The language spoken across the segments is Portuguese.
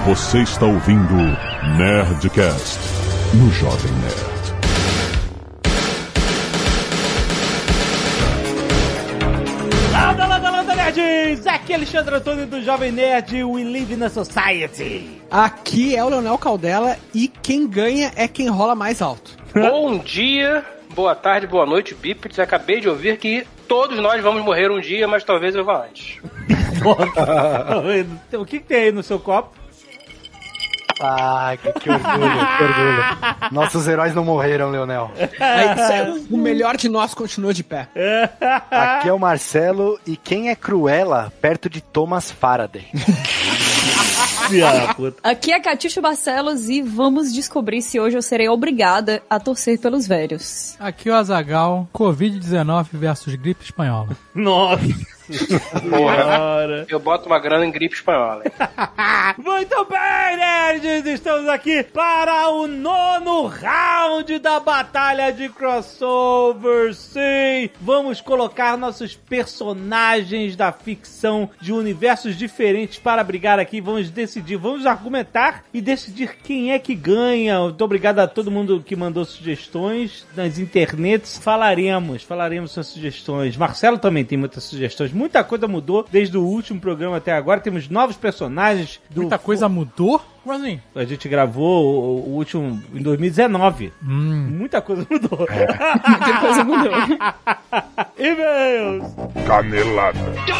Você está ouvindo Nerdcast no Jovem Nerd. Landa, nerds! Aqui é Alexandre Antônio do Jovem Nerd, We Live na Society. Aqui é o Leonel Caldela e quem ganha é quem rola mais alto. Bom dia, boa tarde, boa noite, bípedes. Acabei de ouvir que todos nós vamos morrer um dia, mas talvez eu vá antes. O que tem aí no seu copo? Ah, que orgulho, que orgulho. Nossos heróis não morreram, Leonel. O melhor de nós continua de pé. Aqui é o Marcelo e quem é Cruella perto de Thomas Faraday? Aqui é Catiuxa Barcelos e vamos descobrir se hoje eu serei obrigada a torcer pelos velhos. Aqui é o Azaghal, Covid-19 versus gripe espanhola. Nossa! Porra, eu boto uma grana em gripe espanhola. Muito bem, nerds! Estamos aqui para o 9º round da batalha de crossover. Sim! Vamos colocar nossos personagens da ficção de universos diferentes para brigar aqui. Vamos decidir, vamos argumentar e decidir quem é que ganha. Muito obrigado a todo mundo que mandou sugestões nas internets. Falaremos suas sugestões. Marcelo também tem muitas sugestões. Muita coisa mudou desde o último programa até agora. Temos novos personagens. Muita coisa mudou? Como assim? A gente gravou o último em 2019. Muita coisa mudou. Muita coisa mudou. E-mails. Canelada.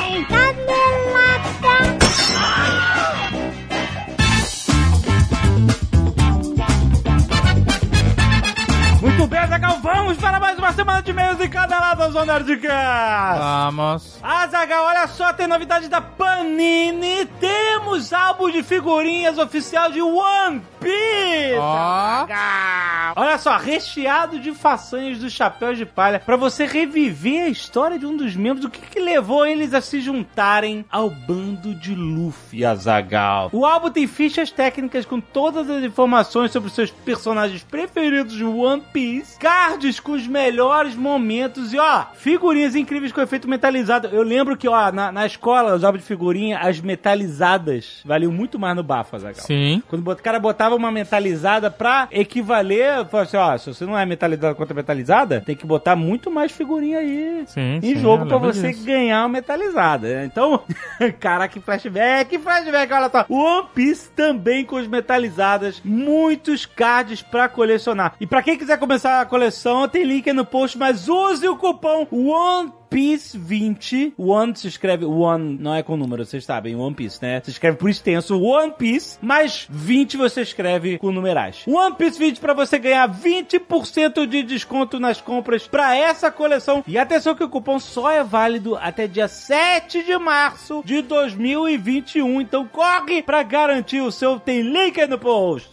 Muito bem, Azaghal, vamos para mais uma semana de e-mails e caneladas do Nerdcast. Vamos. Azaghal, olha só, tem novidade da Panini. Temos álbum de figurinhas oficial de One Piece. Azaghal. Olha só, recheado de façanhas dos Chapéus de Palha para você reviver a história de um dos membros. O que levou eles a se juntarem ao bando de Luffy, Azaghal. O álbum tem fichas técnicas com todas as informações sobre os seus personagens preferidos de One Piece, cards com os melhores momentos e, ó, figurinhas incríveis com efeito metalizado. Eu lembro que, ó, na escola, eu usava de figurinha, as metalizadas valiam muito mais no bafo, Azaghal. Sim. Quando o cara botava uma metalizada pra equivaler, falou assim, ó, se você não é metalizada contra metalizada, tem que botar muito mais figurinha aí em jogo pra você ganhar uma metalizada. Então, caraca, que flashback, olha só. O One Piece também com as metalizadas, muitos cards pra colecionar. E pra quem quiser começar a coleção, tem link aí no post, mas use o cupom ONEPIECE20. One se escreve One, não é com número, vocês sabem, One Piece, né? Se escreve por extenso One Piece, mas 20 você escreve com numerais. One Piece 20 pra você ganhar 20% de desconto nas compras pra essa coleção. E atenção que o cupom só é válido até dia 7 de março de 2021. Então corre pra garantir o seu, tem link aí no post.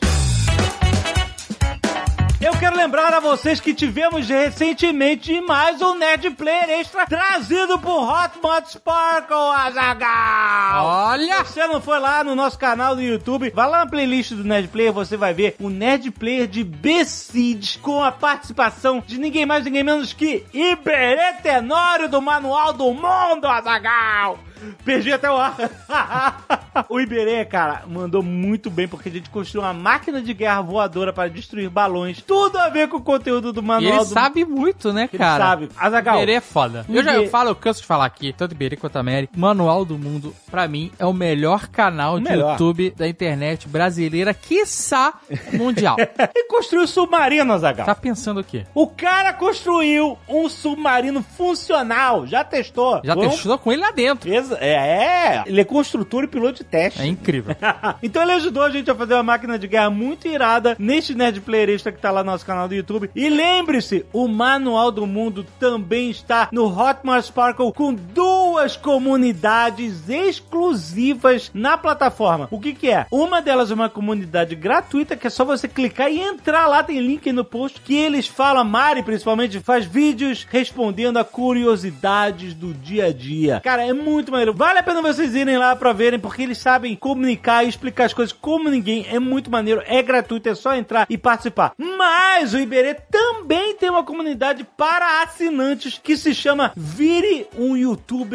Eu quero lembrar a vocês que tivemos recentemente mais um Nerd Player Extra trazido por Hotmod Sparkle, Azaghal. Olha! Se você não foi lá no nosso canal do YouTube, vai lá na playlist do Nerd Player, você vai ver o Nerd Player de Besiege com a participação de ninguém mais, ninguém menos que Iberê Tenório do Manual do Mundo, Azaghal. Perdi até o ar. O Iberê, cara, mandou muito bem, porque a gente construiu uma máquina de guerra voadora para destruir balões. Tudo a ver com o conteúdo do manual. E ele sabe muito, né, cara? Ele sabe. Azaghal. Iberê é foda. Eu canso de falar aqui, tanto Iberê quanto a Mary. Manual do Mundo, pra mim, é o melhor canal de YouTube da internet brasileira, quiçá mundial. Ele construiu submarino, Azaghal. Tá pensando o quê? O cara construiu um submarino funcional. Já testou. Já testou com ele lá dentro. Ele é construtor e piloto de teste. É incrível. Então ele ajudou a gente a fazer uma máquina de guerra muito irada neste Nerd Player Extra que tá lá no nosso canal do YouTube. E lembre-se, o Manual do Mundo também está no Hotmart Sparkle com 2 comunidades exclusivas na plataforma. O que é? Uma delas é uma comunidade gratuita que é só você clicar e entrar lá, tem link aí no post, que eles falam, a Mari principalmente, faz vídeos respondendo a curiosidades do dia a dia. Cara, é muito maneiro. Vale a pena vocês irem lá pra verem, porque eles sabem comunicar e explicar as coisas como ninguém. É muito maneiro, é gratuito, é só entrar e participar. Mas o Iberê também tem uma comunidade para assinantes que se chama Vire um YouTuber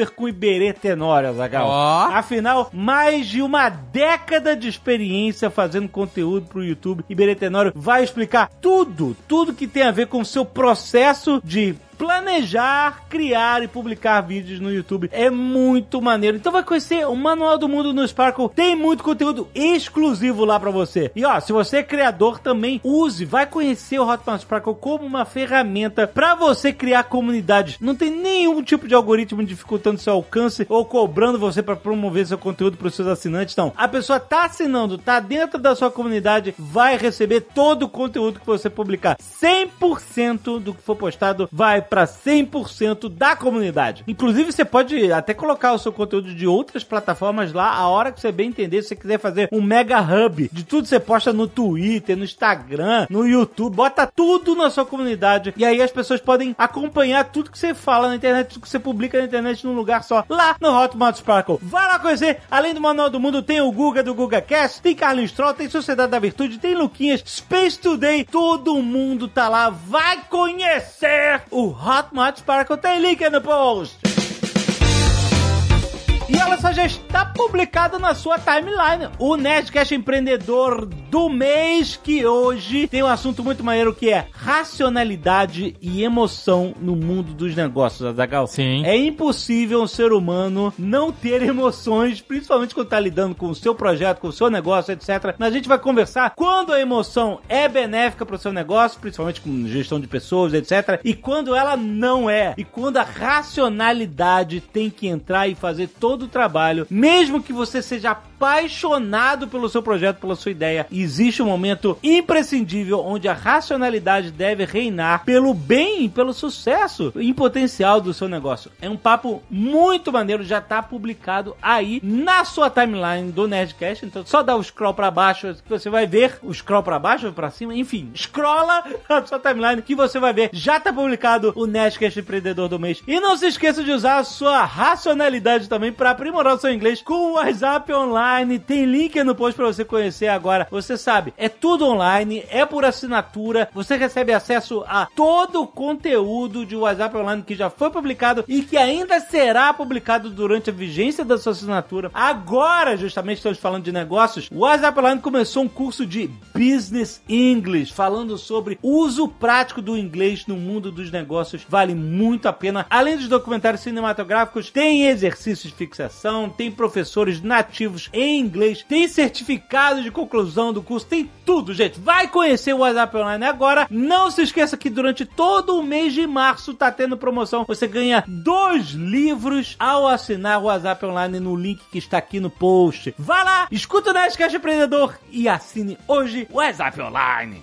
ser com Iberê Tenório, Azaghal. Afinal, mais de uma década de experiência fazendo conteúdo pro YouTube, Iberê Tenório vai explicar tudo que tem a ver com o seu processo de planejar, criar e publicar vídeos no YouTube. É muito maneiro. Então vai conhecer o Manual do Mundo no Sparkle. Tem muito conteúdo exclusivo lá pra você. E ó, se você é criador também, vai conhecer o Hotmart Sparkle como uma ferramenta pra você criar comunidades. Não tem nenhum tipo de algoritmo dificultando seu alcance ou cobrando você pra promover seu conteúdo pros seus assinantes. Não. A pessoa tá assinando, tá dentro da sua comunidade, vai receber todo o conteúdo que você publicar. 100% do que for postado vai para 100% da comunidade. Inclusive, você pode até colocar o seu conteúdo de outras plataformas lá, a hora que você bem entender. Se você quiser fazer um mega hub de tudo que você posta no Twitter, no Instagram, no YouTube, bota tudo na sua comunidade. E aí as pessoas podem acompanhar tudo que você fala na internet, tudo que você publica na internet num lugar só, lá no Hotmart Sparkle. Vai lá conhecer. Além do Manual do Mundo, tem o Guga do GugaCast, tem Carlinhos Troll, tem Sociedade da Virtude, tem Luquinhas, Space Today, todo mundo tá lá. Vai conhecer o Hotmart Sparkle, tem link aí no post. E ela só já está publicada na sua timeline. O Nerdcast Empreendedor do Mês, que hoje tem um assunto muito maneiro, que é racionalidade e emoção no mundo dos negócios, Azaghal. Sim. É impossível um ser humano não ter emoções, principalmente quando está lidando com o seu projeto, com o seu negócio, etc. Mas a gente vai conversar quando a emoção é benéfica para o seu negócio, principalmente com gestão de pessoas, etc. E quando ela não é. E quando a racionalidade tem que entrar e fazer todo o trabalho, mesmo que você seja apaixonado pelo seu projeto, pela sua ideia, existe um momento imprescindível onde a racionalidade deve reinar pelo bem e pelo sucesso em potencial do seu negócio. É um papo muito maneiro, já tá publicado aí na sua timeline do Nerdcast, então só dá o scroll pra baixo que você vai ver, o scroll pra baixo ou pra cima, enfim, scrolla a sua timeline que você vai ver, já tá publicado o Nerdcast Empreendedor do Mês. E não se esqueça de usar a sua racionalidade também pra aprimorar o seu inglês com o WhatsApp Online. Tem link no post pra você conhecer agora. Você sabe, é tudo online, é por assinatura, você recebe acesso a todo o conteúdo de WhatsApp Online que já foi publicado e que ainda será publicado durante a vigência da sua assinatura. Agora, justamente, estamos falando de negócios. O WhatsApp Online começou um curso de Business English, falando sobre uso prático do inglês no mundo dos negócios. Vale muito a pena. Além dos documentários cinematográficos, tem exercícios de fixação, tem professores nativos em inglês, tem certificado de conclusão do curso, tem tudo, gente. Vai conhecer o WhatsApp Online agora. Não se esqueça que durante todo o mês de março tá tendo promoção. Você ganha 2 livros ao assinar o WhatsApp Online no link que está aqui no post. Vá lá, escuta o Nerdcast Empreendedor e assine hoje o WhatsApp Online.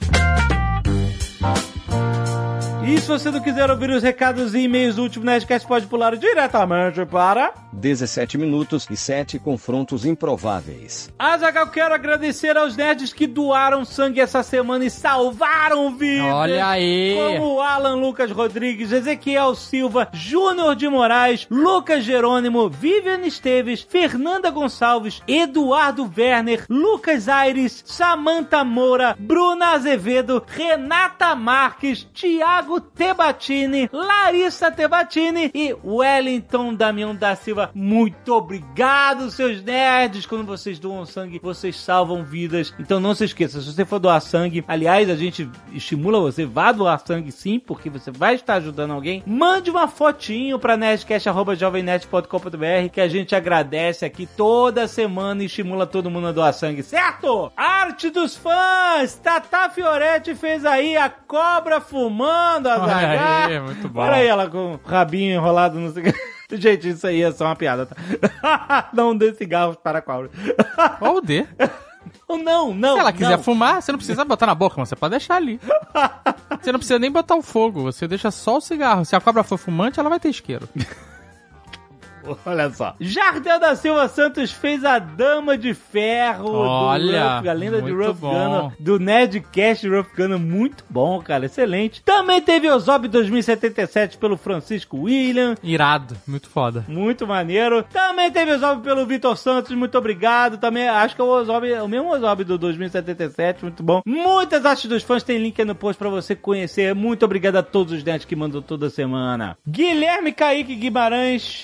E se você não quiser ouvir os recados e e-mails do último Nerdcast, pode pular diretamente para 17 minutos e 7 confrontos improváveis. Azaghal, quero agradecer aos nerds que doaram sangue essa semana e salvaram vidas. Olha aí! Como Alan Lucas Rodrigues, Ezequiel Silva, Júnior de Moraes, Lucas Jerônimo, Vivian Esteves, Fernanda Gonçalves, Eduardo Werner, Lucas Aires, Samantha Moura, Bruna Azevedo, Renata Marques, Thiago Tebatini, Larissa Tebatini e Wellington Damião da Silva. Muito obrigado, seus nerds. Quando vocês doam sangue, vocês salvam vidas. Então não se esqueça, se você for doar sangue, aliás, a gente estimula você, vá doar sangue sim, porque você vai estar ajudando alguém. Mande uma fotinho pra nerdcast@jovemnet.com.br que a gente agradece aqui toda semana e estimula todo mundo a doar sangue, certo? Arte dos fãs! Tata Fioretti fez aí a cobra fumando, Azaghal. Olha aí, muito bom. Olha aí ela com o rabinho enrolado, não sei o que. Gente, isso aí é só uma piada, tá? Não dê cigarros para a cobra. Ou dê. Não. Se ela quiser fumar, você não precisa botar na boca, mas você pode deixar ali. Você não precisa nem botar o fogo, você deixa só o cigarro. Se a cobra for fumante, ela vai ter isqueiro. Olha só. Jardel da Silva Santos fez a Dama de Ferro. Olha, a lenda de Ruff bom. Gunner, do Nerdcast Ruff Gunner. Muito bom, cara. Excelente. Também teve Ozob 2077 pelo Francisco William. Irado. Muito foda. Muito maneiro. Também teve Ozob pelo Vitor Santos. Muito obrigado. Também acho que é o mesmo Ozob do 2077. Muito bom. Muitas artes dos fãs. Tem link aí no post pra você conhecer. Muito obrigado a todos os nerds que mandam toda semana. Guilherme Kaique Guimarães. SJ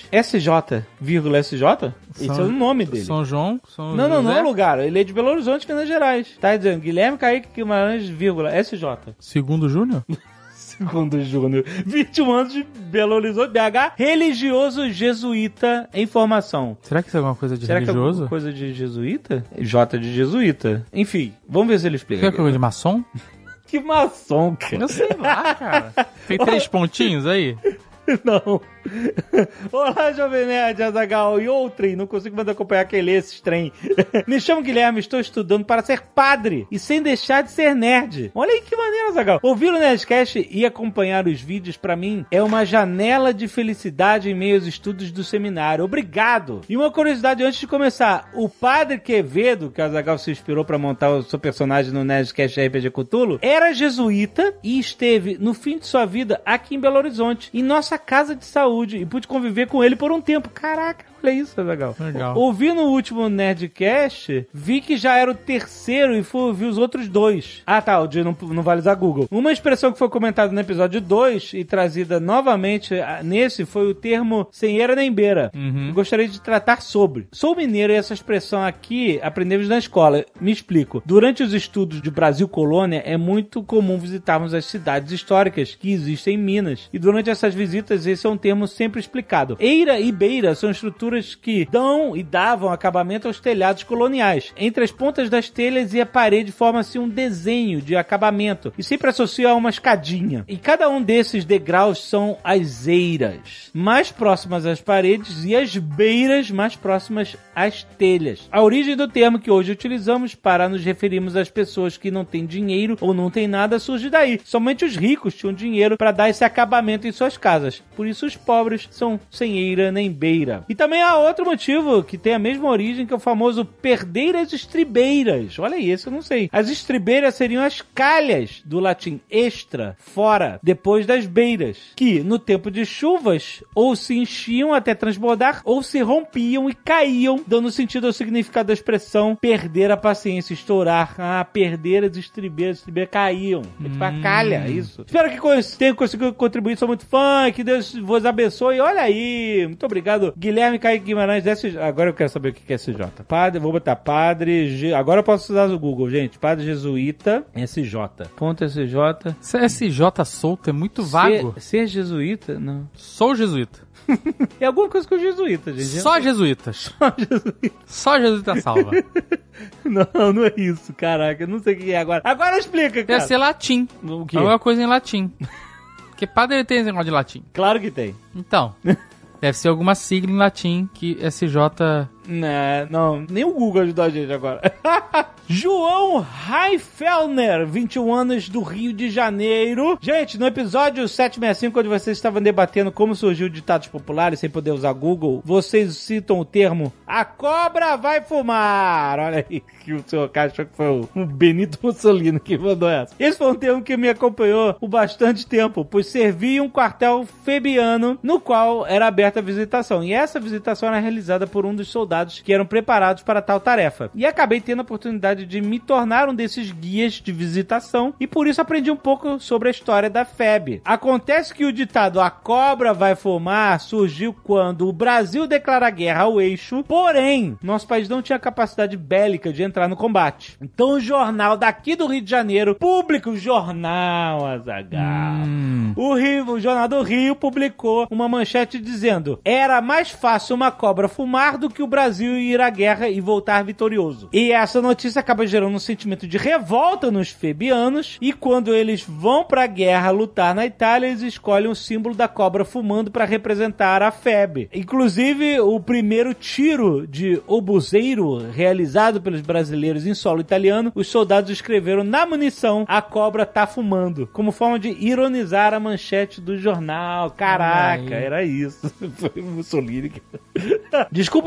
SJ, vírgula SJ? Esse é o nome dele. São João? Não é o lugar. Ele é de Belo Horizonte, Minas Gerais. Tá dizendo Guilherme Kaique Guimarães, vírgula SJ. Segundo Júnior? Segundo Júnior. 21 anos de Belo Horizonte, BH, religioso jesuíta em formação. Será que isso é alguma coisa de religioso? Será que é alguma coisa de jesuíta? J de jesuíta. Enfim, vamos ver se ele explica. Será que é coisa de maçom? Que maçom, cara? Eu sei lá, cara. Tem 3 pontinhos aí? Não. Olá, Jovem Nerd, Azaghal e outrem. Não consigo mais acompanhar quem lê esses trem. Me chamo Guilherme, estou estudando para ser padre e sem deixar de ser nerd. Olha aí que maneiro, Azaghal. Ouvir o Nerdcast e acompanhar os vídeos pra mim é uma janela de felicidade em meio aos estudos do seminário. Obrigado. E uma curiosidade antes de começar. O Padre Quevedo, que o Azaghal se inspirou para montar o seu personagem no Nerdcast RPG Cthulhu, era jesuíta e esteve no fim de sua vida aqui em Belo Horizonte, em nossa casa de saúde, e pude conviver com ele por um tempo. Caraca, olha isso, legal. Ouvi no último Nerdcast, vi que já era o terceiro e fui ouvir os outros 2. Ah, tá, o de não vale usar Google. Uma expressão que foi comentada no episódio 2 e trazida novamente nesse foi o termo sem eira nem beira. Eu gostaria de tratar sobre. Sou mineiro e essa expressão aqui aprendemos na escola. Me explico. Durante os estudos de Brasil Colônia, é muito comum visitarmos as cidades históricas que existem em Minas. E durante essas visitas, esse é um termo sempre explicado. Eira e beira são estruturas que dão e davam acabamento aos telhados coloniais. Entre as pontas das telhas e a parede forma-se um desenho de acabamento e sempre associa a uma escadinha. E cada um desses degraus são as eiras, mais próximas às paredes, e as beiras mais próximas às telhas. A origem do termo que hoje utilizamos para nos referirmos às pessoas que não têm dinheiro ou não têm nada surge daí. Somente os ricos tinham dinheiro para dar esse acabamento em suas casas. Por isso os pobres são sem eira nem beira. E também há outro motivo que tem a mesma origem, que é o famoso perder as estribeiras. Olha aí, esse eu não sei. As estribeiras seriam as calhas, do latim extra, fora, depois das beiras, que no tempo de chuvas ou se enchiam até transbordar ou se rompiam e caíam, dando sentido ao significado da expressão perder a paciência, estourar. Ah, perder as estribeiras caíam. É tipo a calha, isso. Espero que tenham conseguido contribuir, sou muito fã, que Deus vos abençoe. Olha aí, muito obrigado, Guilherme Kaique Guimarães. Agora eu quero saber o que é SJ. Padre, vou botar padre. Agora eu posso usar o Google, gente. Padre jesuíta, SJ. Ponto SJ. SJ solto é muito vago. Ser jesuíta? Não. Sou jesuíta. É alguma coisa com jesuíta, gente. Só jesuítas. Só jesuíta salva. Não é isso, caraca. Eu não sei o que é agora. Agora explica, cara. Deve ser latim. O quê? Alguma coisa em latim. Porque padre tem esse negócio de latim. Claro que tem. Então, deve ser alguma sigla em latim que SJ... Não, nem o Google ajudou a gente agora. João Raifellner, 21 anos, do Rio de Janeiro. Gente, no episódio 765, onde vocês estavam debatendo como surgiu ditados populares sem poder usar Google, vocês citam o termo "a cobra vai fumar". Olha aí, que o senhor Cássio achou que foi o Benito Mussolini que mandou essa. Esse foi um termo que me acompanhou por bastante tempo, pois servia um quartel febiano no qual era aberta a visitação. E essa visitação era realizada por um dos soldados que eram preparados para tal tarefa. E acabei tendo a oportunidade de me tornar um desses guias de visitação e por isso aprendi um pouco sobre a história da FEB. Acontece que o ditado "a cobra vai fumar" surgiu quando o Brasil declara guerra ao eixo, porém, nosso país não tinha capacidade bélica de entrar no combate. Então o jornal daqui do Rio de Janeiro publica o jornal Azaghal. O Jornal do Rio publicou uma manchete dizendo: "Era mais fácil uma cobra fumar do que o Brasil ir à guerra e voltar vitorioso". E essa notícia acaba gerando um sentimento de revolta nos febianos, e quando eles vão pra guerra lutar na Itália, eles escolhem o símbolo da cobra fumando para representar a FEB. Inclusive, o primeiro tiro de obuseiro realizado pelos brasileiros em solo italiano, os soldados escreveram na munição "a cobra tá fumando", como forma de ironizar a manchete do jornal. Caraca, era isso. Foi Mussolini. Desculpa o e-mail longo,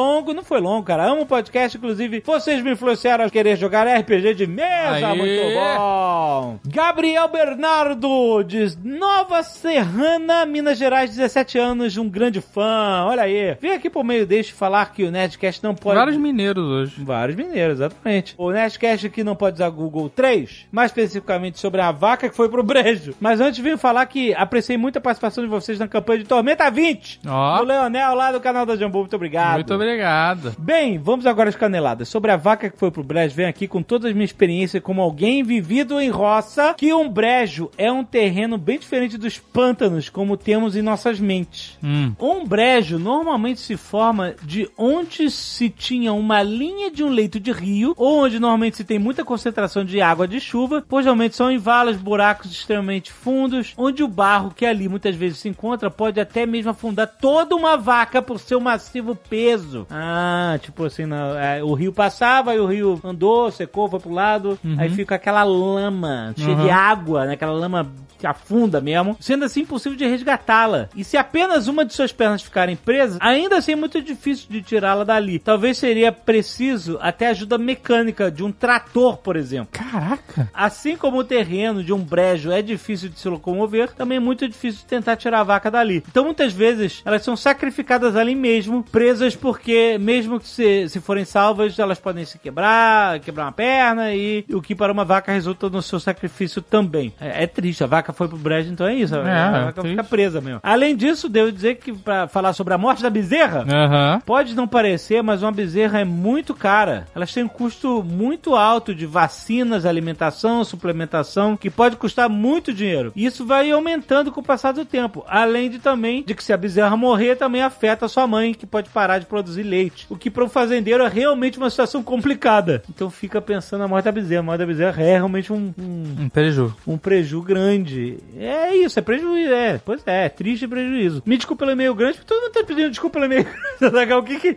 longo, não foi longo, cara. Amo o podcast, inclusive vocês me influenciaram a querer jogar RPG de mesa. Aê. Muito bom. Gabriel Bernardo, de Nova Serrana, Minas Gerais, 17 anos, um grande fã. Olha aí. Vem aqui por meio deste falar que o Nerdcast não pode... Vários mineiros hoje. Vários mineiros, exatamente. O Nerdcast aqui não pode usar Google 3, mais especificamente sobre a vaca que foi pro brejo. Mas antes vim falar que apreciei muito a participação de vocês na campanha de Tormenta 20. Do Leonel, lá do canal da Jambu. Muito obrigado. Muito obrigado. Bem, vamos agora às caneladas. Sobre a vaca que foi pro brejo, venho aqui com todas as minhas experiências como alguém vivido em roça, que um brejo é um terreno bem diferente dos pântanos, como temos em nossas mentes. Um brejo normalmente se forma de onde se tinha uma linha de um leito de rio, ou onde normalmente se tem muita concentração de água de chuva, pois geralmente são em valas, buracos extremamente fundos, onde o barro que ali muitas vezes se encontra pode até mesmo afundar toda uma vaca por seu massivo peso. Tipo assim, o rio passava, aí o rio andou, secou, foi pro lado, aí fica aquela lama cheia de água, né? Aquela lama que afunda mesmo, sendo assim impossível de resgatá-la. E se apenas uma de suas pernas ficarem presas, ainda assim é muito difícil de tirá-la dali. Talvez seria preciso até ajuda mecânica de um trator, por exemplo. Caraca! Assim como o terreno de um brejo é difícil de se locomover, também é muito difícil de tentar tirar a vaca dali. Então muitas vezes elas são sacrificadas ali mesmo, presas porque mesmo que se forem salvas, elas podem se quebrar uma perna e o que para uma vaca resulta no seu sacrifício também. É triste, a vaca foi pro brejo, então é isso. A vaca fica presa mesmo. Além disso, devo dizer que pra falar sobre a morte da bezerra, pode não parecer, mas uma bezerra é muito cara. Elas têm um custo muito alto de vacinas, alimentação, suplementação, que pode custar muito dinheiro. E isso vai aumentando com o passar do tempo. Além de também, de que se a bezerra morrer, também afeta a sua mãe, que pode parar de produzir leite. O que para um fazendeiro é realmente uma situação complicada. Então fica pensando na morte da bezerra. A morte da bezerra é realmente um prejuízo. Um prejuízo grande. É isso, é prejuízo, pois é triste prejuízo. Me desculpa pelo e-mail grande, porque todo mundo tá pedindo desculpa pelo e-mail grande.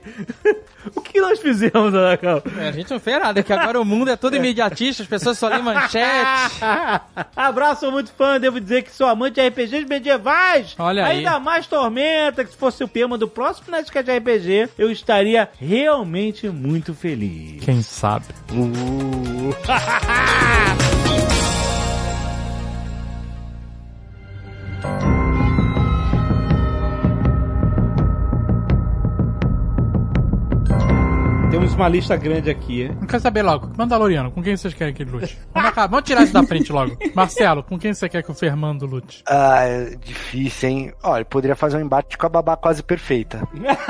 O que nós fizemos, Anacal? A gente não fez nada, que agora o mundo é todo imediatista, as pessoas só lêem manchete. Abraço, sou muito fã, devo dizer que sou amante de RPGs medievais. Olha aí. Ainda mais Tormenta, que se fosse o tema do próximo Nerdcast de RPG, eu estaria realmente muito feliz. Quem sabe? Temos uma lista grande aqui. Não quero saber logo. Mandaloriano, com quem vocês querem que ele lute? Vamos tirar isso da frente logo. Marcelo, com quem você quer que o Fernando lute? É difícil, hein? Olha, poderia fazer um embate com a babá quase perfeita.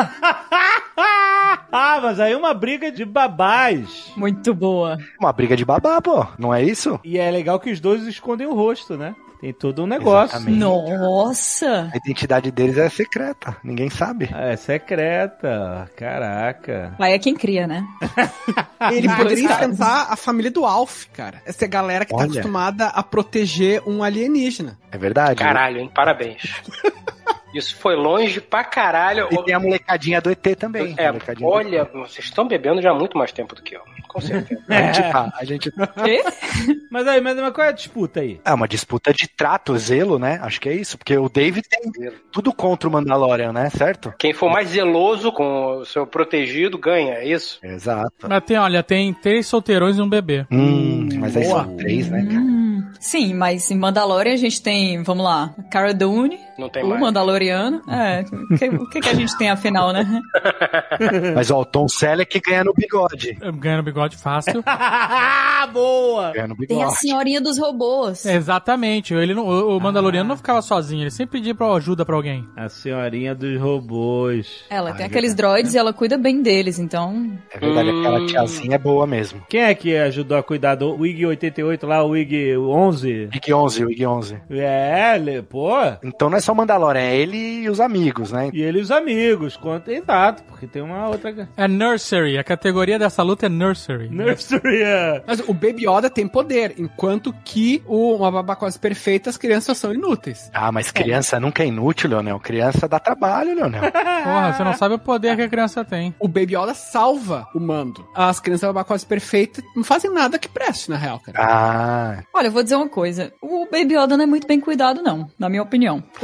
Mas aí é uma briga de babás. Muito boa. Uma briga de babá, pô. Não é isso? E é legal que os dois escondem o rosto, né? Tem todo um negócio. Exatamente. Nossa! A identidade deles é secreta. Ninguém sabe. É secreta. Caraca. Aí é quem cria, né? Ele poderia enfrentar a família do Alf, cara. Essa é a galera que tá acostumada a proteger um alienígena. É verdade. Caralho, hein? Parabéns. Isso foi longe pra caralho. E tem a molecadinha do ET também. Olha, vocês estão bebendo já há muito mais tempo do que eu. Com certeza. A gente Mas qual é a disputa aí? É uma disputa de trato, zelo, né? Acho que é isso. Porque o David tem tudo contra o Mandalorian, né? Certo? Quem for mais zeloso com o seu protegido ganha, é isso? Exato. Mas tem 3 solteirões e um bebê. Mas aí são 3, né, cara? Sim, mas em Mandalorian a gente tem, vamos lá, Cara Dune, não tem o mais. Mandaloriano. O que a gente tem afinal, né? Mas ó, o Tom Selleck ganha no bigode. Ganha no bigode fácil. Boa! Ganha no bigode. Tem a senhorinha dos robôs. Exatamente. O Mandaloriano não ficava sozinho, ele sempre pedia ajuda pra alguém. A senhorinha dos robôs. Ela tem aqueles droids e ela cuida bem deles, então... É verdade, aquela tiazinha é boa mesmo. Quem é que ajudou a cuidar do Wig 88 lá, o Wig 11? Wig 11. Pô. Então não é só o Mandalorian, é ele e os amigos, né? E ele e os amigos, exato, porque tem uma outra... É Nursery, a categoria dessa luta é Nursery. Nursery, Mas o Baby Yoda tem poder, enquanto que uma babá quase perfeita, as crianças são inúteis. Mas criança nunca é inútil, Leonel. Criança dá trabalho, Leonel. Porra, você não sabe o poder que a criança tem. O Baby Yoda salva o mando. As crianças babá quase perfeitas não fazem nada que preste, na real, cara. Olha, eu vou dizer uma coisa. O Baby Yoda não é muito bem cuidado, não, na minha opinião. Porra.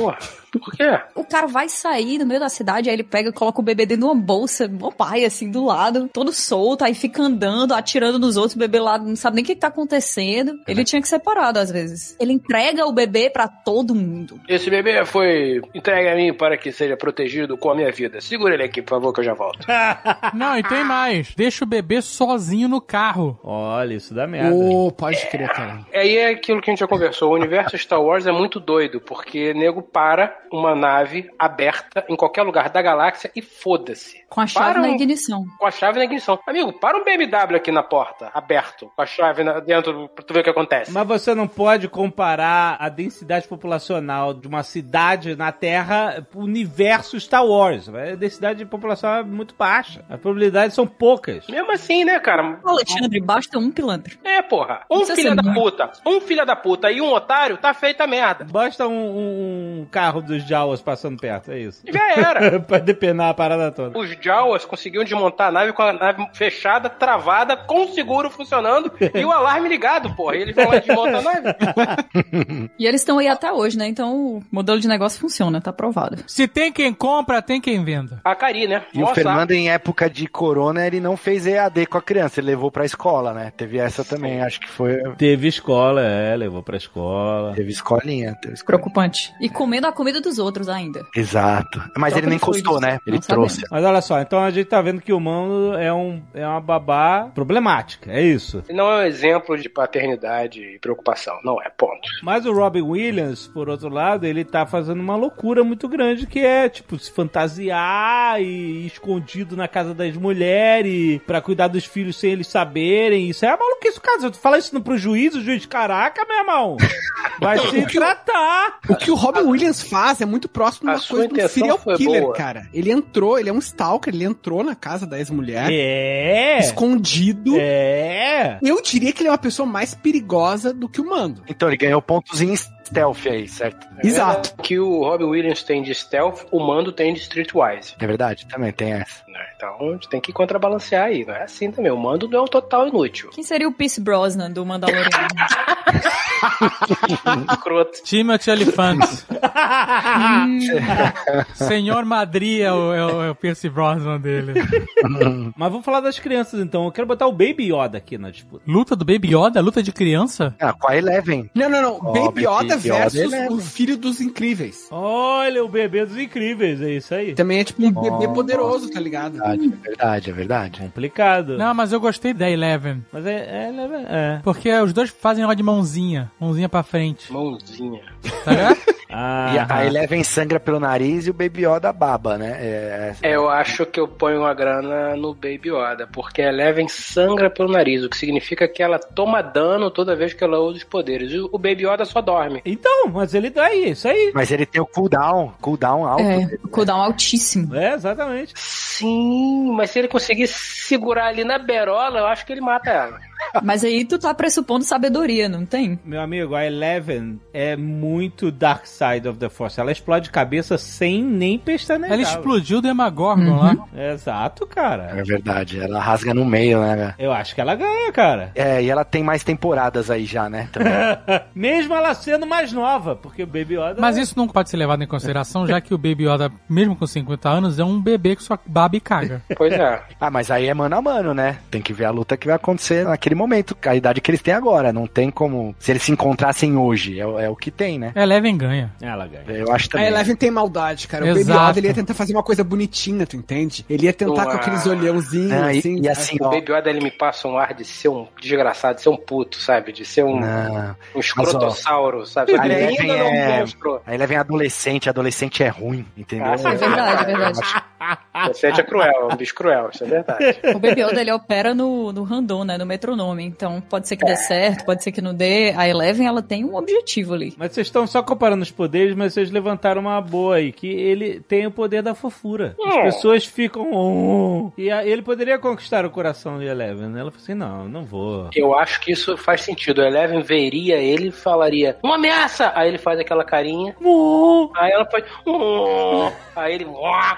Por quê? O cara vai sair no meio da cidade, aí ele pega e coloca o bebê dentro de uma bolsa, uma paia, assim, do lado, todo solto, aí fica andando, atirando nos outros, o bebê lá não sabe nem o que tá acontecendo. Ele tinha que ser parado, às vezes. Ele entrega o bebê pra todo mundo. Esse bebê foi entregue a mim para que seja protegido com a minha vida. Segura ele aqui, por favor, que eu já volto. Não, e tem mais. Deixa o bebê sozinho no carro. Olha, isso dá merda. Pode crer, cara. Aí é aquilo que a gente já conversou. O universo Star Wars é muito doido, porque nego para uma nave aberta em qualquer lugar da galáxia e foda-se. Com a chave na ignição. Com a chave na ignição. Amigo, para um BMW aqui na porta, aberto, com a chave dentro, pra tu ver o que acontece. Mas você não pode comparar a densidade populacional de uma cidade na Terra pro universo Star Wars. A densidade populacional é muito baixa. As probabilidades são poucas. Mesmo assim, né, cara? Alexandre, basta um pilantra. É, porra. Um filho da puta e um otário, tá feita a merda. Basta um carro dos Jawas passando perto, é isso. Já era. Pra depenar a parada toda. Os Jawas conseguiam desmontar a nave com a nave fechada, travada, com o seguro funcionando e o alarme ligado, porra. E eles vão lá e desmontam a nave. E eles estão aí até hoje, né? Então o modelo de negócio funciona, tá provado. Se tem quem compra, tem quem venda. A Cari, né? E o Fernando, em época de corona, ele não fez EAD com a criança, ele levou pra escola, né? Teve essa também, acho que foi... Teve escola, levou pra escola. Teve escolinha. Preocupante. E comendo a comida dos outros ainda. Exato. Mas ele não encostou, né? Ele trouxe. Mas olha só, então a gente tá vendo que o humano é uma babá problemática, é isso. Não é um exemplo de paternidade e preocupação, não é, ponto. Mas o Robin Williams, por outro lado, ele tá fazendo uma loucura muito grande, que é, tipo, se fantasiar e ir escondido na casa das mulheres pra cuidar dos filhos sem eles saberem. Isso é maluquice, cara. Se tu fala isso pro juiz, o juiz, caraca, meu irmão, vai se tratar. O que o Robin Williams faz é muito próximo de uma coisa do serial killer, boa. Cara. Ele é um stalker, ele entrou na casa da ex-mulher. Escondido. Eu diria que ele é uma pessoa mais perigosa do que o Mando. Então, ele ganhou pontos em stealth aí, certo? Exato. O que o Robin Williams tem de stealth, o Mando tem de streetwise. É verdade, também tem essa. Então, a gente tem que contrabalancear aí. Não é assim também. O Mando não é um total inútil. Quem seria o Pierce Brosnan do Mandaloriano? Escroto. Timothy Olyphant. Senhor Madri é o Pierce Brosnan dele. Mas vamos falar das crianças, então. Eu quero botar o Baby Yoda aqui na disputa. Luta do Baby Yoda? Luta de criança? Com a Eleven. Não. Baby Yoda versus o filho dos incríveis. Olha, o bebê dos incríveis, é isso aí. Também é tipo um bebê poderoso, tá ligado? É verdade. Complicado. Não, mas eu gostei da Eleven. Mas é. Porque os dois fazem ela de mãozinha pra frente. Mãozinha. Tá ligado? E a Eleven sangra pelo nariz e o Baby Yoda baba, né? Eu acho que eu ponho uma grana no Baby Yoda, porque a Eleven sangra pelo nariz, o que significa que ela toma dano toda vez que ela usa os poderes. O Baby Yoda só dorme. Então, mas ele tá aí, isso aí. Mas ele tem o cooldown alto. O cooldown altíssimo. Exatamente. Sim, mas se ele conseguir segurar ali na berola, eu acho que ele mata ela. Mas aí tu tá pressupondo sabedoria, não tem? Meu amigo, a Eleven é muito Dark Side of the Force. Ela explode cabeça sem nem pestanejar. Ela explodiu o Demagorgon lá. Exato, cara. É verdade, ela rasga no meio, né? Eu acho que ela ganha, cara. E ela tem mais temporadas aí já, né? Mesmo ela sendo mais nova, porque o Baby Yoda... Mas isso não pode ser levado em consideração, já que o Baby Yoda, mesmo com 50 anos, é um bebê que só baba e caga. Pois é. Mas aí é mano a mano, né? Tem que ver a luta que vai acontecer naquele momento, a idade que eles têm agora. Não tem como... Se eles se encontrassem hoje, é o que tem, né? A Eleven ganha. Ela ganha. Eu acho também. A Eleven tem maldade, cara. Exato. O Baby Yoda, ele ia tentar fazer uma coisa bonitinha, tu entende? Ele ia tentar com aqueles olhãozinhos, assim. E assim, o Baby Yoda, ele me passa um ar de ser um desgraçado, de ser um puto, sabe? De ser um escrotossauro, sabe? A Eleven é adolescente é ruim, entendeu? É verdade. Adolescente é cruel, é um bicho cruel, isso é verdade. O Baby Yoda, ele opera no random, né? No metronome. Então, pode ser que dê certo, pode ser que não dê. A Eleven, ela tem um objetivo ali. Mas vocês estão só comparando os poderes, mas vocês levantaram uma boa aí, que ele tem o poder da fofura. As pessoas ficam... E ele poderia conquistar o coração de Eleven, né? Ela falou assim, não vou. Eu acho que isso faz sentido. A Eleven veria ele e falaria, uma ameaça! Aí ele faz aquela carinha. Aí ela faz... Aí ele rasga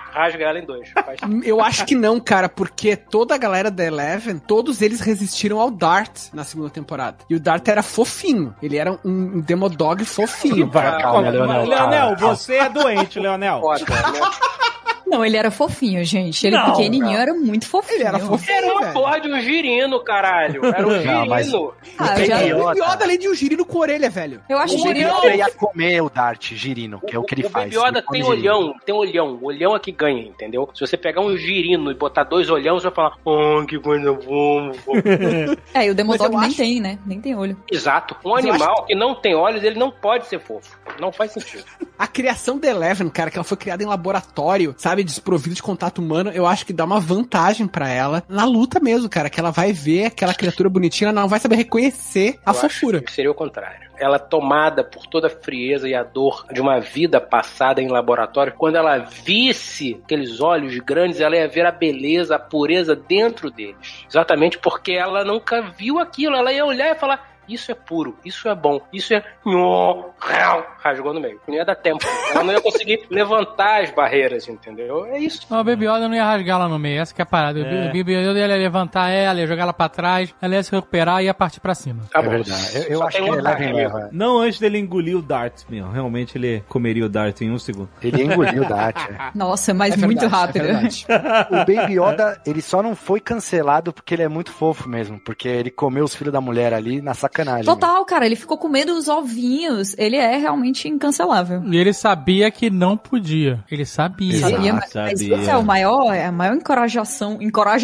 ela em 2. Eu acho que não, cara, porque toda a galera da Eleven, todos eles resistiram ao Dart na segunda temporada. E o Dart era fofinho. Ele era um Demodog fofinho. Calma, Leonel, você é doente, Leonel. Não, ele era fofinho, gente. Ele pequenininho era muito fofinho. Ele era fofinho, era uma porra de um girino, caralho. Era um girino. O Yoda, além de um girino com orelha, velho. Eu acho que o Baby Yoda ia comer o Dart girino, que é o que ele faz. O Baby Yoda tem olhão, O olhão é que ganha, entendeu? Se você pegar um girino e botar 2 olhões, você vai falar, que coisa boa. E o Demodog nem tem, né? Nem tem olho. Exato. Um animal que não tem olhos, ele não pode ser fofo. Não faz sentido. A criação da Eleven, cara, que ela foi criada em laboratório, sabe? Desprovida de contato humano, eu acho que dá uma vantagem pra ela na luta mesmo, cara, que ela vai ver aquela criatura bonitinha, ela não vai saber reconhecer a fofura. Acho que seria o contrário. Ela tomada por toda a frieza e a dor de uma vida passada em laboratório, quando ela visse aqueles olhos grandes, ela ia ver a beleza, a pureza dentro deles. Exatamente porque ela nunca viu aquilo, ela ia olhar e falar, isso é puro, isso é bom, isso é... Rasgou no meio. Não ia dar tempo. Ela não ia conseguir levantar as barreiras, entendeu? É isso. Não, o Baby Yoda não ia rasgar ela no meio, essa que é a parada. O Baby Yoda ia levantar ela, ia jogar ela pra trás, ela ia se recuperar e ia partir pra cima. É verdade. Eu acho que ele leva. Não antes dele engolir o Dart, meu. Realmente ele comeria o Dart em 1 segundo. Ele engoliu o Dart. Nossa, mas muito rápido. O Baby Yoda, ele só não foi cancelado porque ele é muito fofo mesmo, porque ele comeu os filhos da mulher ali na sacanagem. Total, cara, ele ficou com medo dos ovinhos. Ele é realmente incancelável. E ele sabia que não podia. Ele sabia. Mas esse é a maior encorajação.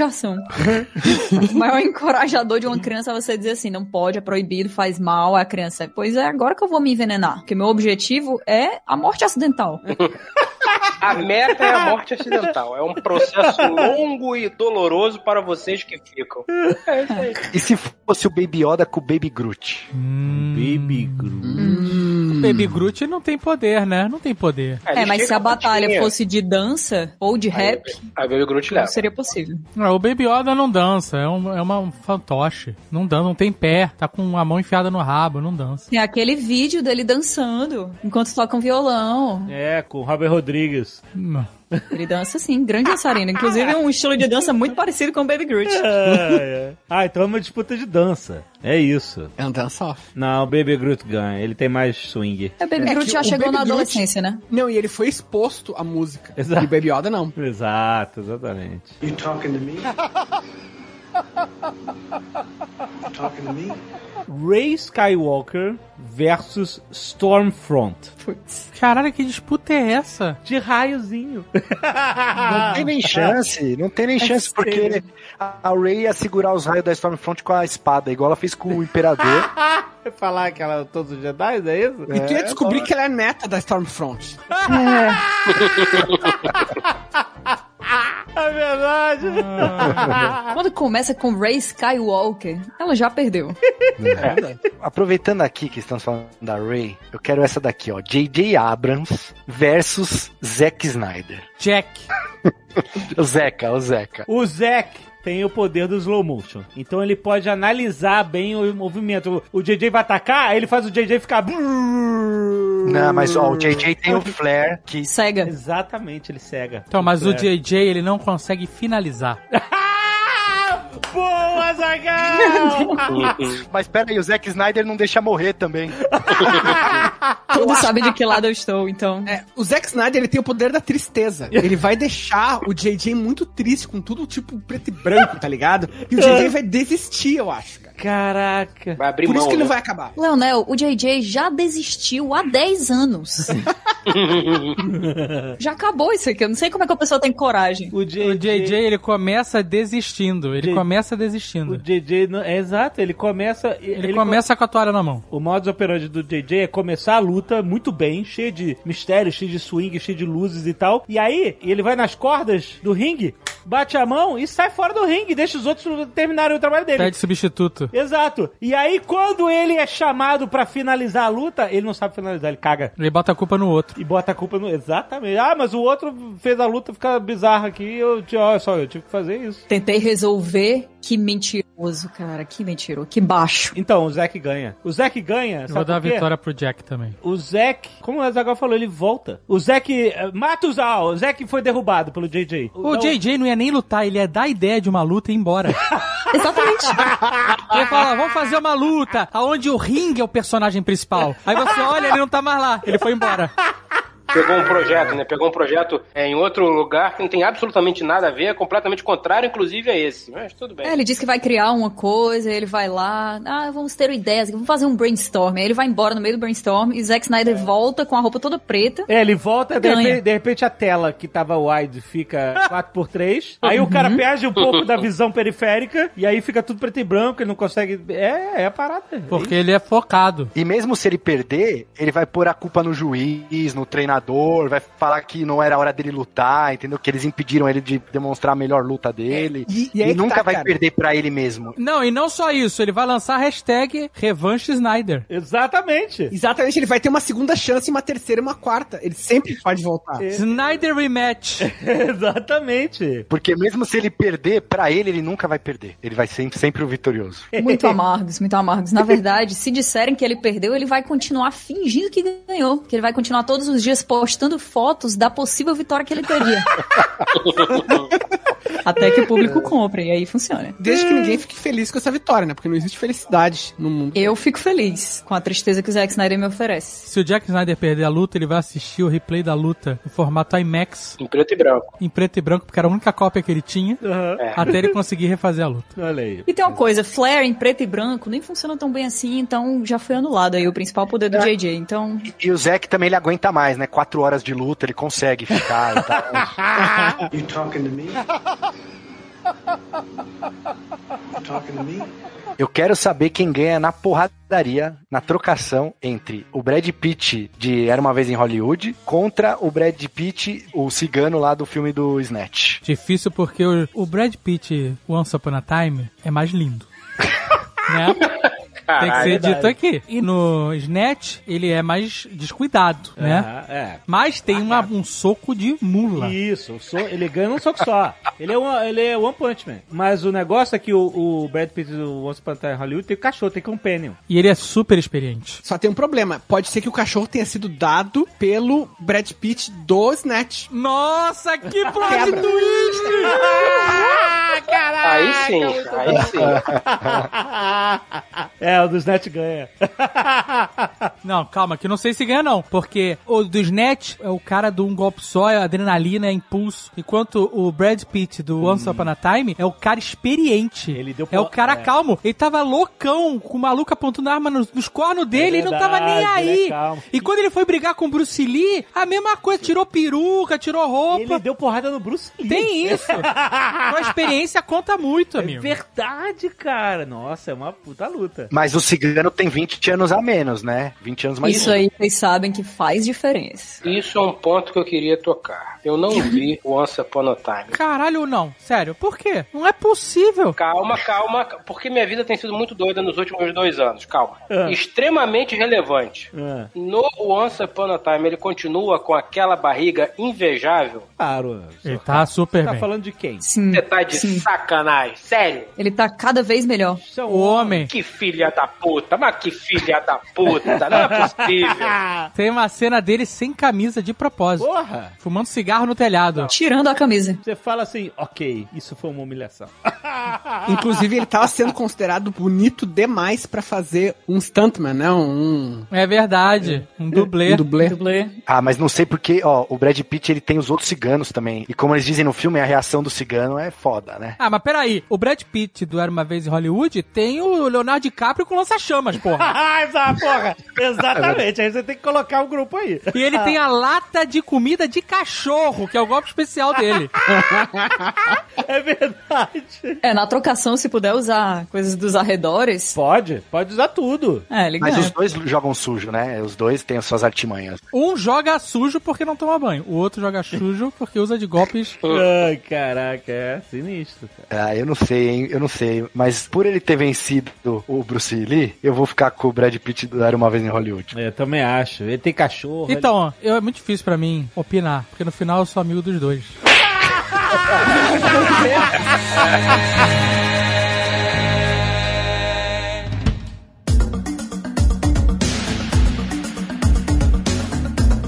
O maior encorajador de uma criança é você dizer assim, não pode, é proibido, faz mal a criança. Pois é, agora que eu vou me envenenar. Porque meu objetivo é a morte acidental. A meta é a morte acidental. É um processo longo e doloroso para vocês que ficam. E se fosse o Baby Yoda com o Baby Groot? Baby Groot. O Baby Groot não tem poder, né? Não tem poder. Mas se a batalha fosse de dança ou de rap, a Baby Groot leva. Seria possível. Não, o Baby Yoda não dança. É um fantoche. Não dança, não tem pé. Tá com a mão enfiada no rabo, não dança. Tem aquele vídeo dele dançando enquanto toca um violão. Com o Robert Rodrigues. Não. Ele dança sim, grande dançarino. Inclusive um estilo de dança muito parecido com o Baby Groot. Então é uma disputa de dança. É isso. É um dance-off. Não, o Baby Groot ganha. Ele tem mais swing. O Baby Groot já chegou na adolescência, né? Não, e ele foi exposto à música. Exato. E o Baby Yoda não. Exato, exatamente. You talking to me? You talking to me? Rey Skywalker versus Stormfront. Putz. Caralho, que disputa é essa? De raiozinho. Não tem nem chance, porque a Rey ia segurar os raios da Stormfront com a espada, igual ela fez com o Imperador. Falar que ela é todos os Jedi, é isso? E tu ia descobrir que ela é neta da Stormfront. É verdade. Quando começa com Rey Skywalker, ela já perdeu. Aproveitando aqui que estamos falando da Rey, eu quero essa daqui, ó. J.J. Abrams versus Zack Snyder. Jack. O Zeca. O Zack tem o poder do slow motion. Então ele pode analisar bem o movimento. O JJ vai atacar, aí ele faz o JJ ficar... Não, mas ó, o JJ tem o flare que... Cega. Exatamente, ele cega. Então, mas o JJ, ele não consegue finalizar. Boa, Zagal! Mas pera aí, o Zack Snyder não deixa morrer também. Todos sabem de que lado eu estou, então. O Zack Snyder, ele tem o poder da tristeza. Ele vai deixar o JJ muito triste, com tudo tipo preto e branco, tá ligado? E o JJ vai desistir, eu acho, cara. Caraca. Vai abrir Por mão, isso que ele né? não vai acabar. Leonel, o JJ já desistiu há 10 anos. Já acabou isso aqui. Eu não sei como é que a pessoa tem coragem. O JJ, ele começa desistindo. O JJ, exato, ele começa... Ele começa com a toalha na mão. O modus operandi do JJ é começar a luta muito bem, cheio de mistério, cheio de swing, cheio de luzes e tal. E aí, ele vai nas cordas do ringue, bate a mão e sai fora do ringue, deixa os outros terminarem o trabalho dele. Pede substituto. Exato. E aí, quando ele é chamado pra finalizar a luta, ele não sabe finalizar, ele caga. Ele bota a culpa no outro. E bota a culpa no... Exatamente. Ah, mas o outro fez a luta ficar bizarra aqui, olha só, eu tive que fazer isso. Tentei resolver, Que mentiroso, cara. Que mentiroso. Que baixo. Então, o Zack ganha. O Zack ganha, sabe? Vou dar a vitória pro Jack também. O Zack, como o Azaghal falou, ele volta. O Zack mata o Zal. O Zack foi derrubado pelo JJ. O JJ não ia nem lutar, ele ia dar a ideia de uma luta e ir embora. Exatamente. Ele ia falar, vamos fazer uma luta, aonde o ringue é o personagem principal. Aí você olha, ele não tá mais lá. Ele foi embora. Pegou um projeto, né? Pegou um projeto em outro lugar que não tem absolutamente nada a ver, é completamente contrário, inclusive, a esse. Mas tudo bem. Ele disse que vai criar uma coisa, ele vai lá, vamos ter ideias, vamos fazer um brainstorm. Aí ele vai embora no meio do brainstorm e Zack Snyder volta com a roupa toda preta. Ele volta, de repente a tela que tava wide fica 4x3. Aí o cara perde um pouco da visão periférica e aí fica tudo preto e branco, ele não consegue... É a parada. Porque ele é focado. E mesmo se ele perder, ele vai pôr a culpa no juiz, no treinador, vai falar que não era hora dele lutar, entendeu? Que eles impediram ele de demonstrar a melhor luta dele. E nunca vai perder pra ele mesmo. Não, e não só isso, ele vai lançar a hashtag Revanche Snyder. Exatamente. Exatamente, ele vai ter uma segunda chance, uma terceira e uma quarta. Ele sempre pode voltar. Snyder Rematch. Exatamente. Porque mesmo se ele perder, pra ele nunca vai perder. Ele vai ser sempre o vitorioso. Muito amargos, muito amargos. Na verdade, se disserem que ele perdeu, ele vai continuar fingindo que ganhou. Que ele vai continuar todos os dias postando fotos da possível vitória que ele teria. Até que o público compre, e aí funciona. Desde que ninguém fique feliz com essa vitória, né? Porque não existe felicidade no mundo. Eu fico feliz com a tristeza que o Zack Snyder me oferece. Se o Zack Snyder perder a luta, ele vai assistir o replay da luta no formato IMAX. Em preto e branco. Em preto e branco, porque era a única cópia que ele tinha, até ele conseguir refazer a luta. Olha aí. E tem uma coisa, Flare em preto e branco nem funciona tão bem assim, então já foi anulado aí o principal poder do JJ, então... E o Zack também, ele aguenta mais, né? 4 horas de luta, ele consegue ficar e tal. You talking to me? You talking to me? Eu quero saber quem ganha na porradaria, na trocação entre o Brad Pitt de Era Uma Vez em Hollywood contra o Brad Pitt, o cigano lá do filme do Snatch. Difícil porque o Brad Pitt Once Upon a Time é mais lindo. Né? Tem que ser dito aqui. E no Snatch, ele é mais descuidado, né? Mas tem um soco de mula. Isso, ele ganha um soco só. Ele é One Punch Man. Mas o negócio é que o Brad Pitt do Once Upon a Time Hollywood tem o cachorro, tem companion. E ele é super experiente. Só tem um problema. Pode ser que o cachorro tenha sido dado pelo Brad Pitt do Snatch. Nossa, que plot twist! Caraca! Aí sim. O do Snatch ganha. Não, calma, que eu não sei se ganha não, porque o do Snatch é o cara de um golpe só, é adrenalina, é impulso, enquanto o Brad Pitt do Once Upon a Time é o cara experiente. Ele deu o cara calmo. Ele tava loucão, com o maluco apontando a arma nos cornos dele, e não tava nem aí. E quando ele foi brigar com o Bruce Lee, a mesma coisa, tirou peruca, tirou roupa. Ele deu porrada no Bruce Lee. Tem isso. A experiência conta muito, amigo. É verdade, cara. Nossa, é uma puta luta. Mas o cigano tem 20 anos a menos, né? 20 anos mais. Isso aí, vocês sabem que faz diferença. Isso é um ponto que eu queria tocar. Eu não vi Once Upon a Time. Caralho, não. Sério, por quê? Não é possível. Calma. Porque minha vida tem sido muito doida nos últimos 2 anos. Calma. Extremamente relevante. No Once Upon a Time, ele continua com aquela barriga invejável? Claro. Ele tá super bem. Tá falando de quem? Sim. Você tá de sacanagem. Sério? Ele tá cada vez melhor. O homem. Que filha da puta. Mas que filha da puta. Não é possível. Tem uma cena dele sem camisa de propósito. Porra. Fumando cigarro no telhado. Tirando a camisa. Você fala assim, ok, isso foi uma humilhação. Inclusive, ele tava sendo considerado bonito demais pra fazer um stuntman, né? É verdade. Um dublê. Dublê. Ah, mas não sei porque, o Brad Pitt, ele tem os outros ciganos também. E como eles dizem no filme, a reação do cigano é foda, né? Ah, mas peraí. O Brad Pitt do Era Uma Vez em Hollywood tem o Leonardo DiCaprio com lança-chamas, porra. Porra. Exatamente. Aí você tem que colocar o grupo aí. E ele tem a lata de comida de cachorro, que é o golpe especial dele. É verdade. Na trocação, se puder usar coisas dos arredores... Pode usar tudo. Legal. Mas os dois jogam sujo, né? Os dois têm as suas artimanhas. Um joga sujo porque não toma banho. O outro joga sujo porque usa de golpes... Ai, caraca, é sinistro. Cara. Eu não sei, hein? Eu não sei. Mas por ele ter vencido o Bruce Lee, eu vou ficar com o Brad Pitt do Era Uma Vez em Hollywood. Eu também acho. Ele tem cachorro. Então, é muito difícil pra mim opinar, porque no final eu sou amigo dos dois.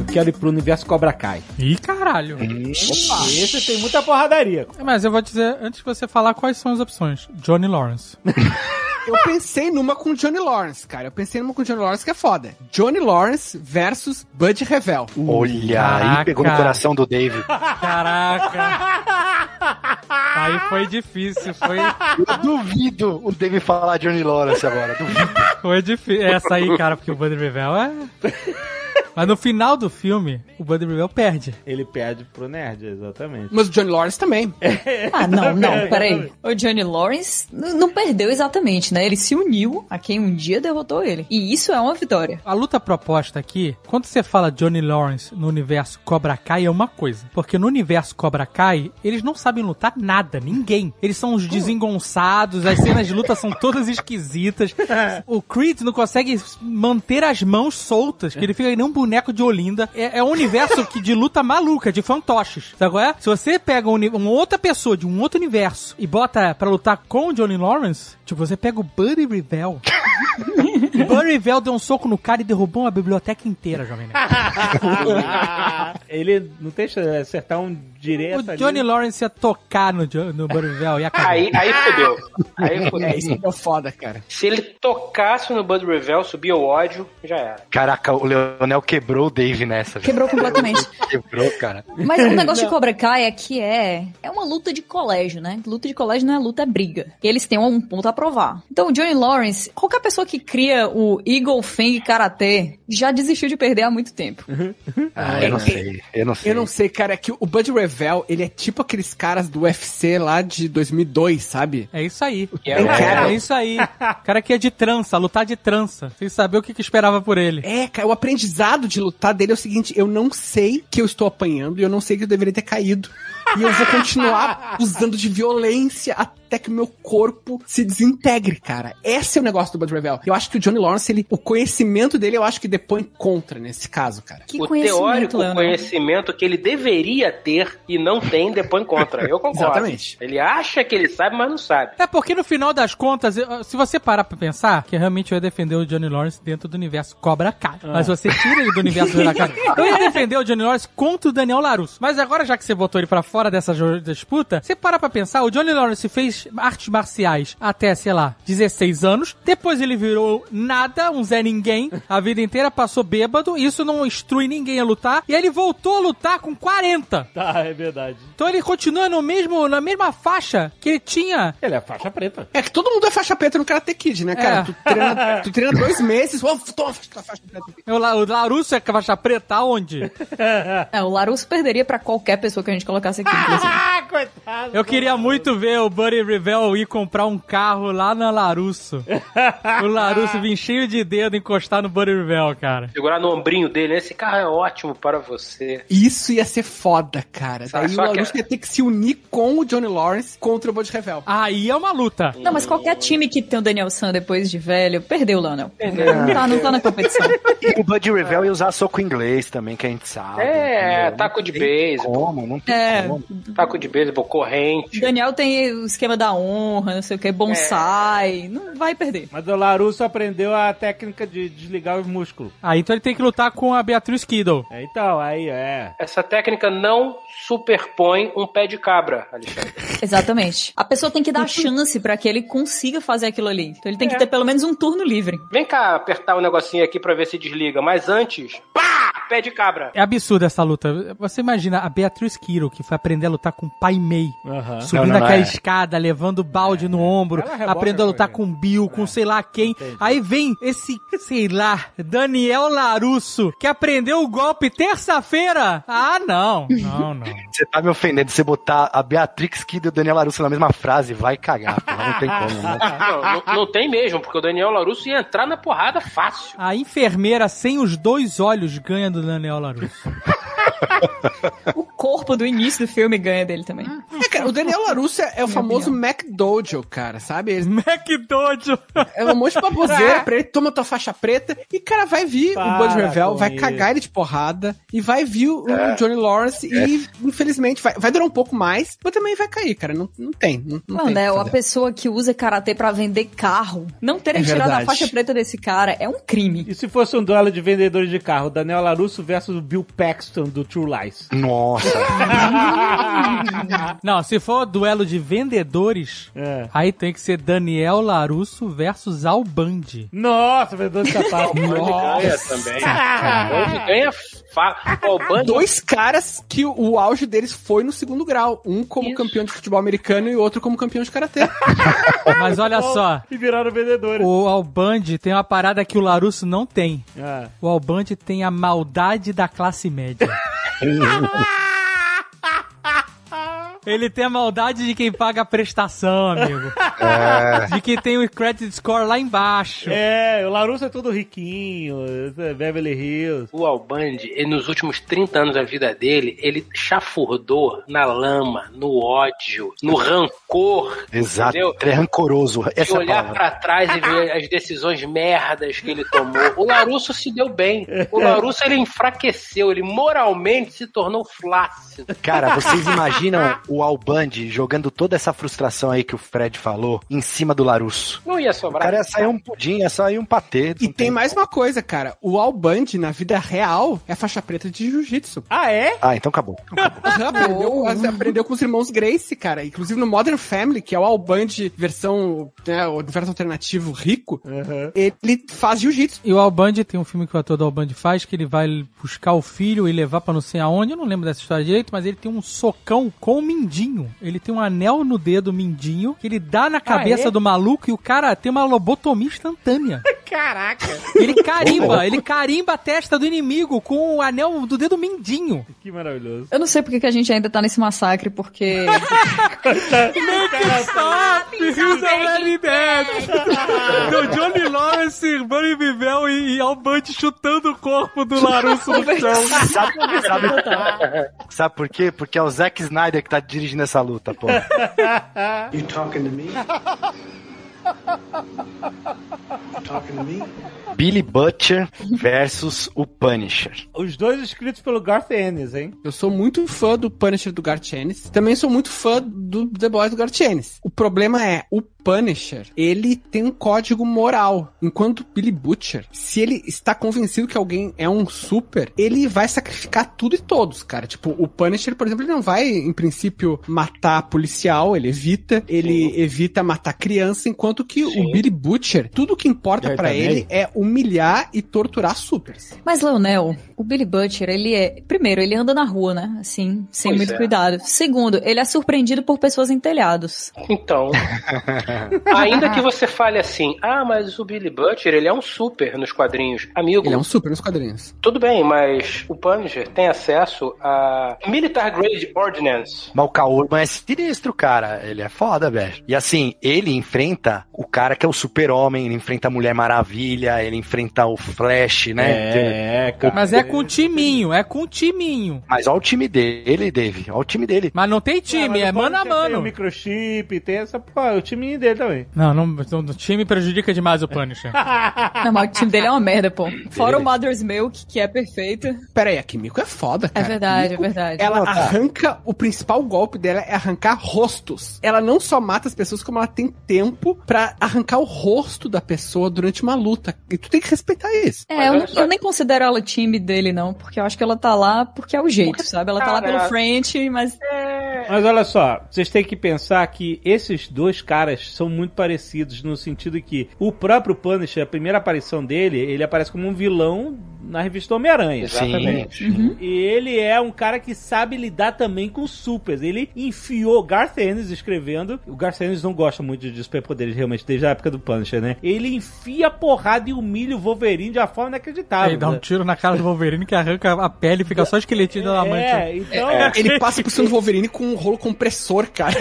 quero ir pro universo Cobra Kai. Ih, caralho. Opa, esse tem muita porradaria. Mas eu vou dizer, antes de você falar, quais são as opções. Johnny Lawrence. Eu pensei numa com Johnny Lawrence, cara. Eu pensei numa com Johnny Lawrence que é foda. Johnny Lawrence versus Buddy Revell. Olha, aí pegou no coração do Dave. Caraca. Aí foi difícil, foi... Eu duvido o Dave falar Johnny Lawrence agora, duvido. Foi difícil. Essa aí, cara, porque o Buddy Revell é... Mas no final do filme, o Buddy Revell perde. Ele perde pro nerd, exatamente. Mas o Johnny Lawrence também. Não, peraí. O Johnny Lawrence não perdeu exatamente, né? Ele se uniu a quem um dia derrotou ele. E isso é uma vitória. A luta proposta aqui, quando você fala Johnny Lawrence no universo Cobra Kai, é uma coisa. Porque no universo Cobra Kai, eles não sabem lutar nada, ninguém. Eles são os desengonçados, as cenas de luta são todas esquisitas. O Creed não consegue manter as mãos soltas, que ele fica nem um boneco de Olinda. É um universo de luta maluca, de fantoches. Sabe qual é? Se você pega uma outra pessoa de um outro universo e bota pra lutar com o Johnny Lawrence, tipo, você pega o Buddy Revell. O Buddy Revell deu um soco no cara e derrubou uma biblioteca inteira, jovem nerd. Ele não deixa acertar um direto o Johnny Lawrence ia tocar no Buddy Revell e acabar. Aí fudeu. Aí fudeu. Isso é foda, cara. Se ele tocasse no Buddy Revell, subia o ódio, já era. Caraca, o Leonel quebrou o Dave nessa. Quebrou completamente. Quebrou, cara. Mas o negócio de Cobra Kai é que é uma luta de colégio, né? Luta de colégio não é luta, é briga. E eles têm um ponto a provar. Então o Johnny Lawrence, qualquer pessoa que cria o Eagle Fang Karate já desistiu de perder há muito tempo. Eu não sei. Eu não sei, cara, é que o Buddy Revell, ele é tipo aqueles caras do UFC lá de 2002, sabe? É isso aí. É isso aí. O cara que é de trança, lutar de trança, sem saber o que esperava por ele. Cara, o aprendizado de lutar dele é o seguinte, eu não sei que eu estou apanhando e eu não sei que eu deveria ter caído. E eu vou continuar usando de violência até que o meu corpo se desintegre, cara. Esse é o negócio do Buddy Revell. Eu acho que o Johnny Lawrence, o conhecimento dele, eu acho que depõe contra nesse caso, cara. O teórico conhecimento que ele deveria ter e não tem, depõe contra. Eu concordo. Exatamente. Ele acha que ele sabe, mas não sabe. É porque no final das contas, se você parar pra pensar, que realmente eu ia defender o Johnny Lawrence dentro do universo Cobra Kai. Mas você tira ele do universo Cobra Kai. Eu ia defender o Johnny Lawrence contra o Daniel LaRusso. Mas agora, já que você botou ele pra fora dessa disputa, você para pra pensar, o Johnny Lawrence fez artes marciais até, sei lá, 16 anos, depois ele virou nada, um Zé Ninguém, a vida inteira passou bêbado, isso não instrui ninguém a lutar, e aí ele voltou a lutar com 40. Tá, é verdade. Então ele continua na mesma faixa que ele tinha. Ele é faixa preta. É que todo mundo é faixa preta no Karate Kid, né, cara? Tu treina 2 meses, toma faixa preta. O LaRusso é faixa preta aonde? O LaRusso perderia pra qualquer pessoa que a gente colocasse aqui, inclusive. Coitado. Eu queria muito ver o Buddy Revell ir comprar um carro lá na LaRusso. O LaRusso vir cheio de dedo encostar no Buddy Revell, cara. Segurar no ombrinho dele, esse carro é ótimo para você. Isso ia ser foda, cara. Daí o LaRusso ia ter que se unir com o Johnny Lawrence contra o Buddy Revell. Aí é uma luta. Não, mas qualquer time que tem o Daniel San depois de velho, perdeu o Leonel. Não tá na competição. E o Buddy Revell ia usar soco inglês também, que a gente sabe. Taco de beisebol. Não tem como. Taco de beisebol, corrente. Daniel tem o esquema da honra, não sei o que, bonsai. Não vai perder. Mas o LaRusso aprendeu a técnica de desligar os músculos. Então ele tem que lutar com a Beatriz Kiddo. Essa técnica não superpõe um pé de cabra, Alexandre. Exatamente. A pessoa tem que dar chance pra que ele consiga fazer aquilo ali. Então ele tem que ter pelo menos um turno livre. Vem cá apertar um negocinho aqui pra ver se desliga. Mas antes, pá! Pé de cabra. É absurda essa luta. Você imagina a Beatriz Kiddo, que foi aprender a lutar com o Pai Mei. Subindo aquela escada, levando balde no ombro, aprendendo a lutar com o Bill, com sei lá quem. Entendi. Aí vem esse, sei lá, Daniel LaRusso, que aprendeu o golpe terça-feira. Não. Você tá me ofendendo. Você botar a Beatrix Kiddo e o Daniel LaRusso na mesma frase, vai cagar, porra. Não tem como, né? Não tem mesmo, porque o Daniel LaRusso ia entrar na porrada fácil. A enfermeira sem os 2 olhos ganha do Daniel LaRusso. O corpo do início do filme ganha dele também. o Daniel LaRusso é o famoso McDojo, cara, sabe? McDojo! É um monte de baboseira pra ele, toma tua faixa preta, e, cara, vai vir o Bud Revell, vai cagar ele de porrada, e vai vir o Johnny Lawrence, e, infelizmente, vai durar um pouco mais, mas também vai cair, cara, não tem. Não, né, a pessoa que usa karatê pra vender carro, não terem tirado a faixa preta desse cara, é um crime. E se fosse um duelo de vendedores de carro, Daniel LaRusso versus o Bill Paxton do True Lies? Nossa! Não, se for duelo de vendedores, aí tem que ser Daniel LaRusso versus Al Bundy. Nossa, vendedor de sapato. Ganha também. Bundy ganha fácil. Dois caras que o auge deles foi no segundo grau. Um como campeão de futebol americano e outro como campeão de karatê. Mas olha só. E viraram vendedores. O Al Bundy tem uma parada que o LaRusso não tem. O Al Bundy tem a maldade da classe média. Ele tem a maldade de quem paga a prestação, amigo. De quem tem o credit score lá embaixo. O LaRusso é todo riquinho, Beverly Hills. O Al Bundy, nos últimos 30 anos da vida dele, ele chafurdou na lama, no ódio, no rancor. Exato, entendeu? É rancoroso. E olhar pra trás e ver as decisões merdas que ele tomou. O LaRusso se deu bem. O LaRusso, ele enfraqueceu, ele moralmente se tornou flácido. Cara, vocês imaginam o Al Bundy jogando toda essa frustração aí que o Fred falou em cima do LaRusso? Não ia sobrar. O cara ia sair um pudim, ia sair um patê. E tem mais uma coisa, cara. O Al Bundy, na vida real, é faixa preta de jiu-jitsu. Ah, é? Ah, então acabou. Aprendeu com os irmãos Gracie, cara. Inclusive no Modern Family, que é o Al Bundy versão, né, o universo alternativo rico, ele faz jiu-jitsu. E o Al Bundy, tem um filme que o ator do Al Bundy faz, que ele vai buscar o filho e levar pra não sei aonde, eu não lembro dessa história direito, mas ele tem um socão com o mindinho. Ele tem um anel no dedo mindinho, que ele dá na cabeça do maluco e o cara tem uma lobotomia instantânea. Caraca! Ele carimba a testa do inimigo com o anel do dedo mindinho. Que maravilhoso. Eu não sei porque que a gente ainda tá nesse massacre, porque... Johnny Lawrence, Bunny Vivell e Al Bundy chutando o corpo do LaRusso no chão. Sabe por quê? Porque é o Zack Snyder que tá dirigindo essa luta, pô. You talking to me? You talking to me? Billy Butcher versus o Punisher. Os dois escritos pelo Garth Ennis, hein? Eu sou muito fã do Punisher do Garth Ennis. Também sou muito fã do The Boys do Garth Ennis. O problema é, o Punisher, ele tem um código moral. Enquanto Billy Butcher, se ele está convencido que alguém é um super, ele vai sacrificar tudo e todos, cara. Tipo, o Punisher, por exemplo, ele não vai, em princípio, matar policial, ele evita matar criança, enquanto que o Billy Butcher, tudo que importa pra ele é humilhar e torturar supers. Mas, Leonel, o Billy Butcher, ele é... Primeiro, ele anda na rua, né? Assim, sem muito cuidado. Segundo, ele é surpreendido por pessoas em telhados. Então... Ainda que você fale assim, mas o Billy Butcher, ele é um super nos quadrinhos. Amigo... Ele é um super nos quadrinhos. Tudo bem, mas o Punisher tem acesso a Military Grade Ordnance. Mas o Kaurban é sinistro, cara. Ele é foda, velho. E assim, ele enfrenta o cara que é o super-homem, ele enfrenta a Mulher Maravilha, ele enfrenta o Flash, né? Cara. Mas é com o timinho, Mas olha o time dele, Dave. Olha o time dele. Mas não tem time, é mano a mano. Tem o microchip, tem essa, o time dele também. Não, o time prejudica demais o Punisher. Não, mas o time dele é uma merda, pô. Fora o Mother's Milk, que é perfeito. Pera aí, a Kimiko é foda, cara. É verdade, Kimiko, é verdade. Ela arranca, o principal golpe dela é arrancar rostos. Ela não só mata as pessoas, como ela tem tempo pra arrancar o rosto da pessoa durante uma luta. E tu tem que respeitar isso. Eu nem considero ela time dele, não, porque eu acho que ela tá lá porque é o jeito, sabe? Ela tá lá pelo frente, mas... Mas olha só, vocês têm que pensar que esses dois caras são muito parecidos no sentido que o próprio Punisher, a primeira aparição dele, ele aparece como um vilão na revista Homem-Aranha. Exatamente. E ele é um cara que sabe lidar também com supers. Ele enfiou Garth Ennis escrevendo. O Garth Ennis não gosta muito de superpoderes, realmente, desde a época do Punisher, né? Ele enfia a porrada e humilha o Wolverine de uma forma inacreditável. Ele dá um tiro na cara do Wolverine que arranca a pele e fica só esqueletinho da mancha. Então... Ele passa por cima do Wolverine com um rolo compressor, cara.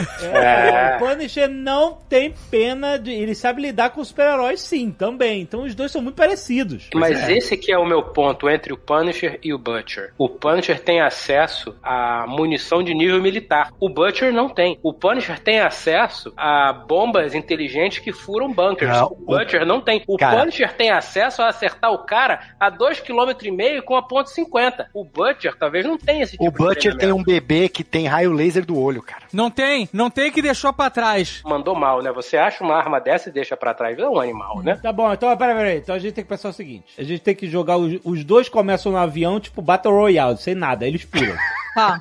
O Punisher não tem pena de... Ele sabe lidar com os super-heróis, sim, também. Então os dois são muito parecidos. Mas esse que é o meu ponto entre o Punisher e o Butcher. O Punisher tem acesso a munição de nível militar. O Butcher não tem. O Punisher tem acesso a bombas inteligentes que furam bunkers. O Butcher não tem. O Punisher tem acesso a acertar o cara a 2,5 km com a ponto .50. O Butcher talvez não tenha esse tipo de treinamento. O Butcher tem um bebê que tem raio laser do olho, cara. Não tem que deixou pra trás. Mandou mal, né? Você acha uma arma dessa e deixa pra trás. É um animal, né? Tá bom, então peraí. Então a gente tem que pensar o seguinte. A gente tem que jogar, os dois começam no avião, tipo Battle Royale, sem nada, eles pulam. Tá.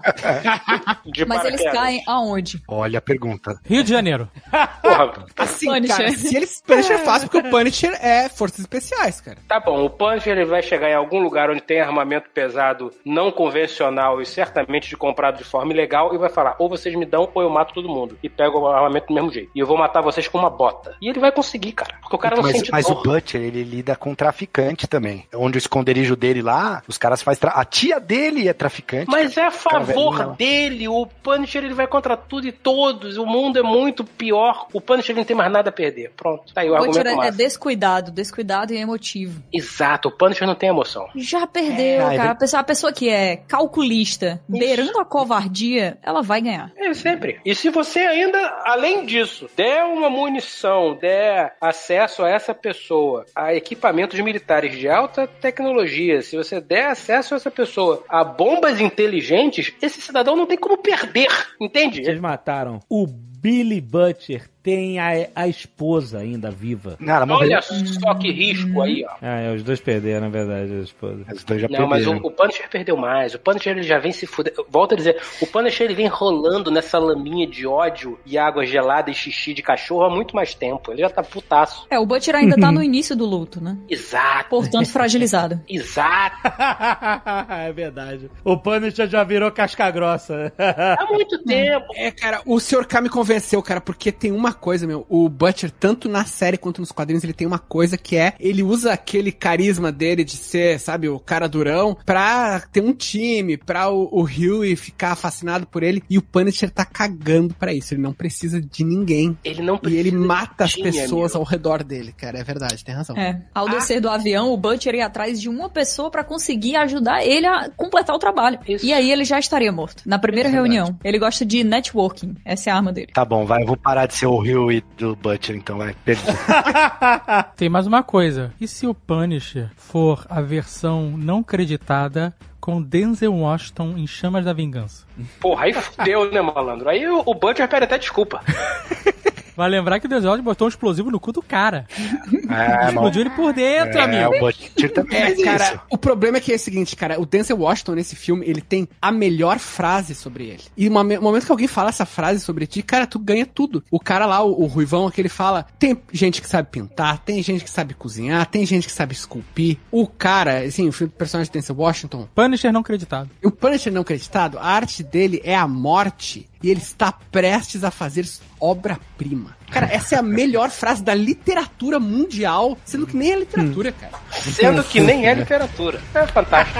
Mas eles caem aonde? Olha a pergunta. Rio de Janeiro. Porra. Assim, cara, se eles Punisher é fácil, porque o Punisher é forças especiais, cara. Tá bom, o Punisher ele vai chegar em algum lugar onde tem armamento pesado não convencional e certamente de comprado de forma ilegal e vai falar, ou vocês me dão ou eu mato todo mundo. E pego o armamento do mesmo jeito. E eu vou matar vocês com uma bota. E ele vai conseguir, cara. Porque o cara não sente dor. Mas o Butcher, ele lida com traficante também. Onde o esconderijo dele lá, os caras fazem... A tia dele é traficante. Mas é a favor dele. O Punisher, ele vai contra tudo e todos. O mundo é muito pior. O Punisher não tem mais nada a perder. Pronto. Tá aí o argumento máximo. É descuidado e emotivo. Exato. O Punisher não tem emoção. Já perdeu, cara. A pessoa que é calculista, beirando a covardia, ela vai ganhar. É, sempre. E se você ainda, além disso, der uma munição, der acesso a essa pessoa a equipamentos militares de alta tecnologia, se você der acesso a essa pessoa a bombas inteligentes, esse cidadão não tem como perder, entende? Vocês mataram o Billy Butcher. Tem a esposa ainda viva. Olha só que risco aí, ó. Os dois perderam, na verdade, a esposa. Os dois já perderam. Mas o Punisher perdeu mais. O Punisher ele já vem se fuder. Volto a dizer, o Punisher ele vem rolando nessa laminha de ódio e água gelada e xixi de cachorro há muito mais tempo. Ele já tá putaço. O Butcher ainda tá no início do luto, né? Exato. Portanto, fragilizado. Exato. É verdade. O Punisher já virou casca grossa. Há muito tempo. Cara, o Sr. K me convenceu, cara, porque tem uma coisa, o Butcher, tanto na série quanto nos quadrinhos, ele tem uma coisa que ele usa aquele carisma dele de ser, sabe, o cara durão, pra ter um time, pra o Huey ficar fascinado por ele, e o Punisher tá cagando pra isso, ele não precisa de ninguém. Ele não precisa. E ele mata as pessoas ao redor dele, cara, é verdade, tem razão. Ao descer do avião, o Butcher ia atrás de uma pessoa pra conseguir ajudar ele a completar o trabalho. Isso. E aí ele já estaria morto. Na primeira reunião. Ele gosta de networking, essa é a arma dele. Tá bom, eu vou parar de ser o Huey do Butcher, então, vai. Tem mais uma coisa. E se o Punisher for a versão não creditada com Denzel Washington em Chamas da Vingança? Porra, aí fudeu, né, malandro? Aí o Butcher pede até desculpa. Vai lembrar que o Denzel botou um explosivo no cu do cara. Explodiu ele por dentro, amigo. O Butcher também cara, isso. O problema é que é o seguinte, cara, o Denzel Washington nesse filme, ele tem a melhor frase sobre ele. E no momento que alguém fala essa frase sobre ti, cara, tu ganha tudo. O cara lá, o Ruivão, que ele fala, tem gente que sabe pintar, tem gente que sabe cozinhar, tem gente que sabe esculpir. O cara, assim, o personagem do Denzel Washington... Punisher não creditado. O Punisher não creditado, a arte dele é a morte e ele está prestes a fazer obra-prima. Cara, essa é a melhor frase da literatura mundial, sendo que nem é literatura, cara. Sendo que nem é literatura. É fantástico.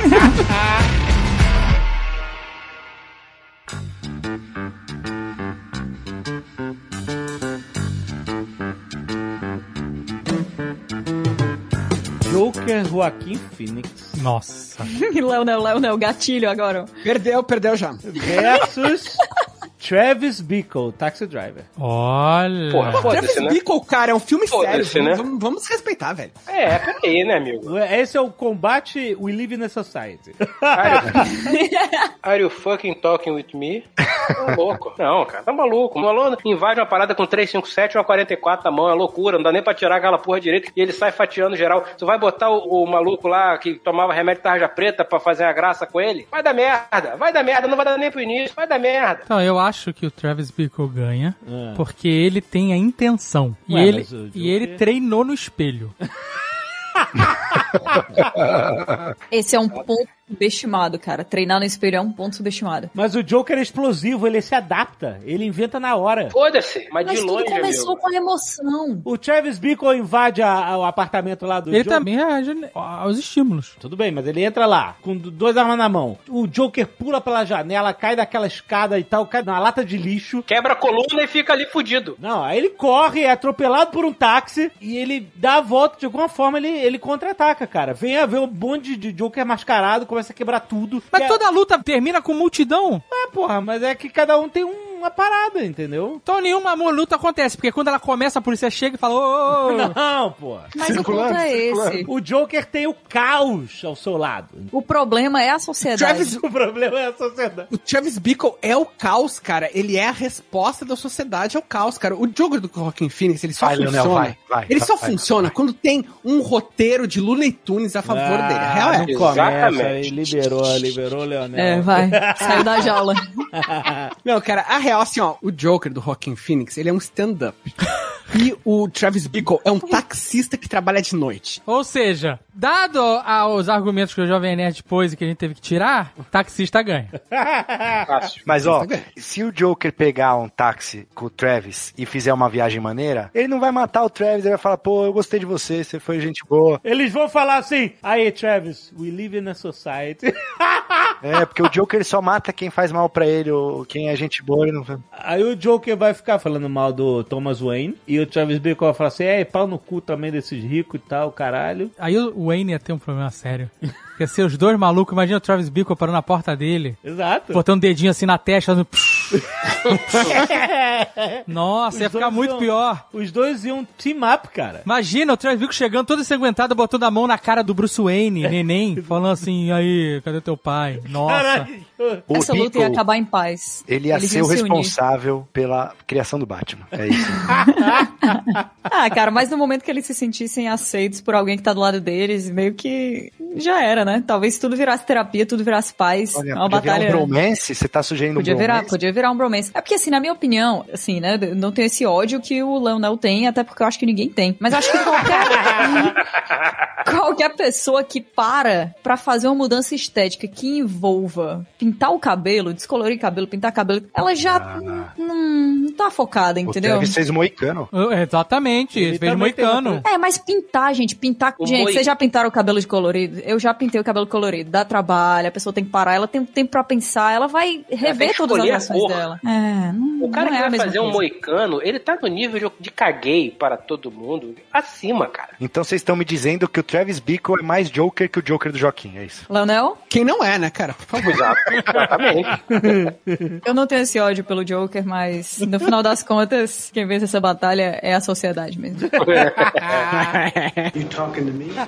Joker Joaquin Phoenix. Nossa. Léo, gatilho agora. Perdeu já. Versus Travis Bickle, Taxi Driver. Olha. Porra, Travis Bickle, cara, é um filme sério. Né? Vamos respeitar, velho. Peraí, né, amigo? Esse é o combate We Live in a Society. Are you fucking talking with me? Tá louco. Não, cara, tá maluco. O maluco invade uma parada com 357 e uma 44 na mão, é loucura, não dá nem pra tirar aquela porra direita e ele sai fatiando geral. Tu vai botar o maluco lá que tomava remédio tarja preta pra fazer a graça com ele? Vai dar merda, não vai dar nem pro início, vai dar merda. Então, eu acho que o Travis Bickle ganha porque ele tem a intenção. E ele treinou no espelho. Esse é um ponto Subestimado, cara. Treinar no espelho é um ponto subestimado. Mas o Joker é explosivo, ele se adapta. Ele inventa na hora. Foda-se, mas de longe, tudo começou com a emoção. O Travis Bickle invade o apartamento lá do Ele Joker. também reage aos estímulos. Tudo bem, mas ele entra lá, com 2 armas na mão. O Joker pula pela janela, cai daquela escada e tal, cai na lata de lixo. Quebra a coluna e fica ali fudido. Não, aí ele corre, é atropelado por um táxi e ele dá a volta, de alguma forma ele contra-ataca, cara. Vem a ver um bonde de Joker mascarado, começa a quebrar tudo. Mas toda a luta termina com multidão? Porra, mas é que cada um tem uma parada, entendeu? Então nenhuma luta acontece, porque quando ela começa, a polícia chega e fala... Oh! Não, pô. Mas o ponto é esse. O Joker tem o caos ao seu lado. O problema é a sociedade. O problema é a sociedade. O Travis Bickle é o caos, cara. Ele é a resposta da sociedade ao caos, cara. O Joker do Joaquin Phoenix, ele só funciona. Ele só funciona quando tem um roteiro de Looney Tunes a favor dele. A real é. Exatamente. Liberou o Leonel. Vai. Saiu da jaula. Não, cara, a real, assim, ó, o Joker do Joaquin Phoenix, ele é um stand-up. E o Travis Bickle é um taxista que trabalha de noite. Ou seja, dado aos argumentos que o Jovem Nerd pôs e que a gente teve que tirar, o taxista ganha. Mas, ó, se o Joker pegar um táxi com o Travis e fizer uma viagem maneira, ele não vai matar o Travis, ele vai falar, pô, eu gostei de você foi gente boa. Eles vão falar assim, aí, Travis, we live in a society. Porque o Joker só mata quem faz mal pra ele, ou quem é gente boa, ele não vai... Aí o Joker vai ficar falando mal do Thomas Wayne, e o Travis Bickle vai falar assim, pau no cu também desses ricos e tal, caralho. Aí o Wayne ia ter um problema sério. Ia ser os dois malucos, imagina o Travis Bickle parando na porta dele. Exato. Botando um dedinho assim na testa, fazendo... Nossa, ia ficar muito pior. Os dois iam team up, cara. Imagina o Travis Bickle chegando todo ensanguentado, botando a mão na cara do Bruce Wayne, neném, falando assim, aí, cadê teu pai? Nossa. Essa luta ia acabar em paz. Ele ia ser o responsável pela criação do Batman. É isso. Cara, mas no momento que eles se sentissem aceitos por alguém que tá do lado deles, meio que já era, né? Talvez se tudo virasse terapia, tudo virasse paz. Olha, uma batalha. Virar um bromance? Você tá sugerindo Podia virar um bromance. É porque, assim, na minha opinião, assim, né? Não tenho esse ódio que o Leonel tem, até porque eu acho que ninguém tem. Mas eu acho que qualquer pessoa que pra fazer uma mudança estética que envolva pintar o cabelo, descolorir cabelo, pintar cabelo, ela já não tá focada, entendeu? O Travis fez moicano. Exatamente, ele fez moicano. Mas pintar, gente, gente, vocês já pintaram o cabelo de colorido? Eu já pintei o cabelo colorido. Dá trabalho, a pessoa tem que parar, ela tem um tempo pra pensar, ela vai rever todas as ações dela. O cara que vai fazer um moicano, ele tá no nível de caguei para todo mundo acima, cara. Então vocês estão me dizendo que o Travis Bickle é mais Joker que o Joker do Joaquim, é isso? Leonel? Quem não é, né, cara? Por favor. Exatamente. Eu não tenho esse ódio pelo Joker, mas no final das contas, quem vence essa batalha é a sociedade mesmo. You talking to me?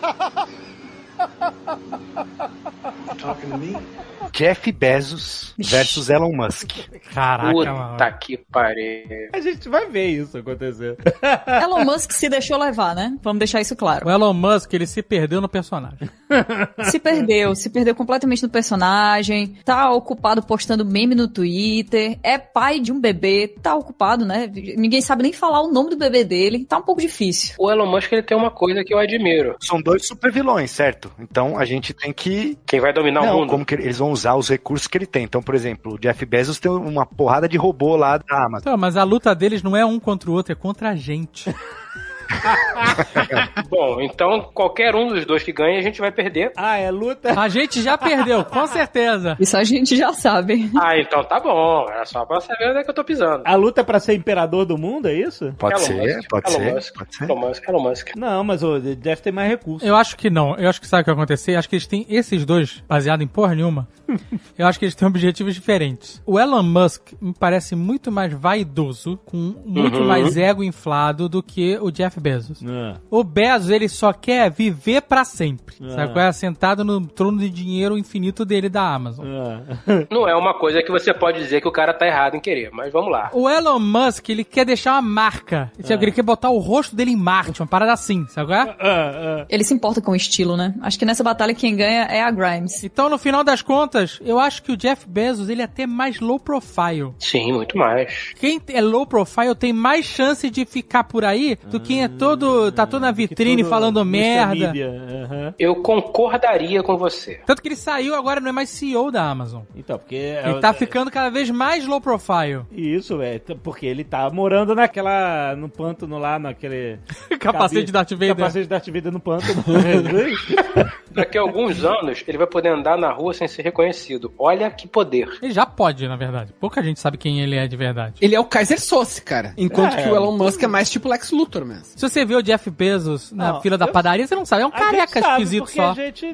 You talking to me? Jeff Bezos versus Elon Musk. Caraca, puta que pariu. A gente vai ver isso acontecer. Elon Musk se deixou levar, né? Vamos deixar isso claro. O Elon Musk, ele se perdeu no personagem. Se perdeu completamente no personagem, tá ocupado postando meme no Twitter, é pai de um bebê, tá ocupado, né? Ninguém sabe nem falar o nome do bebê dele, tá um pouco difícil. O Elon Musk, ele tem uma coisa que eu admiro. São dois super vilões, certo? Então a gente tem que... Quem vai dominar o mundo? Como que eles vão usar os recursos que ele tem. Então, por exemplo, o Jeff Bezos tem uma porrada de robô lá da Amazon. Então, mas a luta deles não é um contra o outro, é contra a gente. Bom, então qualquer um dos dois que ganha, a gente vai perder. É luta. A gente já perdeu, com certeza. Isso a gente já sabe. Então tá bom. É só pra saber onde é que eu tô pisando. A luta é pra ser imperador do mundo, é isso? Pode ser. Elon Musk. Não, mas deve ter mais recursos. Eu acho que não. Eu acho que sabe o que vai acontecer? Acho que eles têm esses dois, baseado em porra nenhuma. Eu acho que eles têm objetivos diferentes. O Elon Musk me parece muito mais vaidoso, com muito mais ego inflado do que o Jeff Bezos. O Bezos, ele só quer viver pra sempre. Sabe qual é? Sentado no trono de dinheiro infinito dele da Amazon. Não é uma coisa que você pode dizer que o cara tá errado em querer, mas vamos lá. O Elon Musk, ele quer deixar uma marca. Ele quer botar o rosto dele em Marte, uma parada assim, sabe qual é? Ele se importa com o estilo, né? Acho que nessa batalha quem ganha é a Grimes. Então, no final das contas, eu acho que o Jeff Bezos, ele é até mais low profile. Sim, muito mais. Quem é low profile tem mais chance de ficar por aí do que tá todo na vitrine falando merda. Eu concordaria com você. Tanto que ele saiu agora, não é mais CEO da Amazon. Então, porque... Ele tá ficando cada vez mais low profile. Isso, porque ele tá morando no pântano lá, naquele... Capacete de Darth Vader. Capacete de Darth Vader no pântano. Daqui a alguns anos, ele vai poder andar na rua sem ser reconhecido. Olha que poder. Ele já pode, na verdade. Pouca gente sabe quem ele é de verdade. Ele é o Kaiser Soze, cara. Enquanto que o Elon Musk é mais tipo Lex Luthor mesmo. Se você vê o Jeff Bezos na fila da padaria, você não sabe. É um careca esquisito só.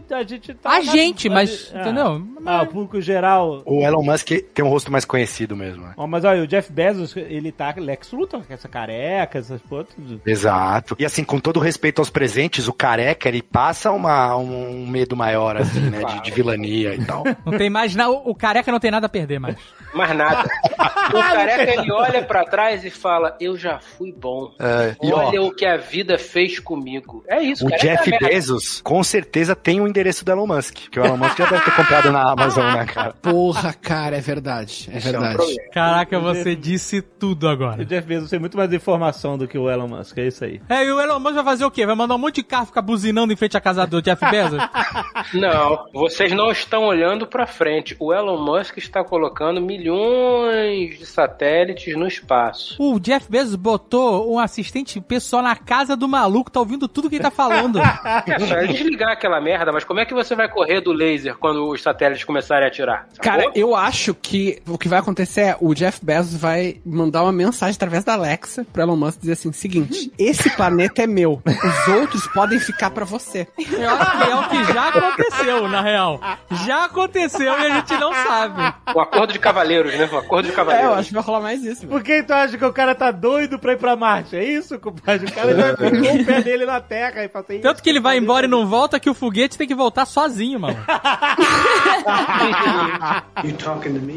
A gente, mas... Entendeu? O público geral... O Elon Musk tem um rosto mais conhecido mesmo. Né? Mas olha, o Jeff Bezos, ele tá Lex Luthor, com essa careca, essas coisas. Exato. E assim, com todo respeito aos presentes, o careca, ele passa um medo maior, assim, né? De vilania e tal. Não tem mais nada... O careca não tem nada a perder mais. Mais nada. O careca, ele olha pra trás e fala, eu já fui bom. Olha o que a vida fez comigo. É isso, o Jeff Bezos, com certeza, tem o endereço do Elon Musk. Que o Elon Musk já deve ter comprado na Amazon, né, cara? Porra, cara, é verdade. É verdade. Caraca, você disse tudo agora. O Jeff Bezos tem muito mais informação do que o Elon Musk, é isso aí. E o Elon Musk vai fazer o quê? Vai mandar um monte de carro ficar buzinando em frente à casa do Jeff Bezos? Não, vocês não estão olhando pra frente. O Elon Musk está colocando milhões de satélites no espaço. O Jeff Bezos botou um assistente pessoal na casa do maluco, tá ouvindo tudo que ele tá falando. É só desligar aquela merda, mas como é que você vai correr do laser quando os satélites começarem a atirar? Cara, eu acho que o que vai acontecer é o Jeff Bezos vai mandar uma mensagem através da Alexa pro Elon Musk dizer assim, seguinte, esse planeta é meu, os outros podem ficar pra você. Eu acho que é o que já aconteceu, na real. Já aconteceu e a gente não sabe. O acordo de cavaleiros, né? O acordo de cavaleiros. Eu acho que vai rolar mais isso. Por que tu acha que o cara tá doido pra ir pra Marte? É isso, compadre? O cara já pegou o pé dele na Terra e fala assim... Tanto que ele vai embora e não volta, que o foguete tem que voltar sozinho, mano. You talking to me?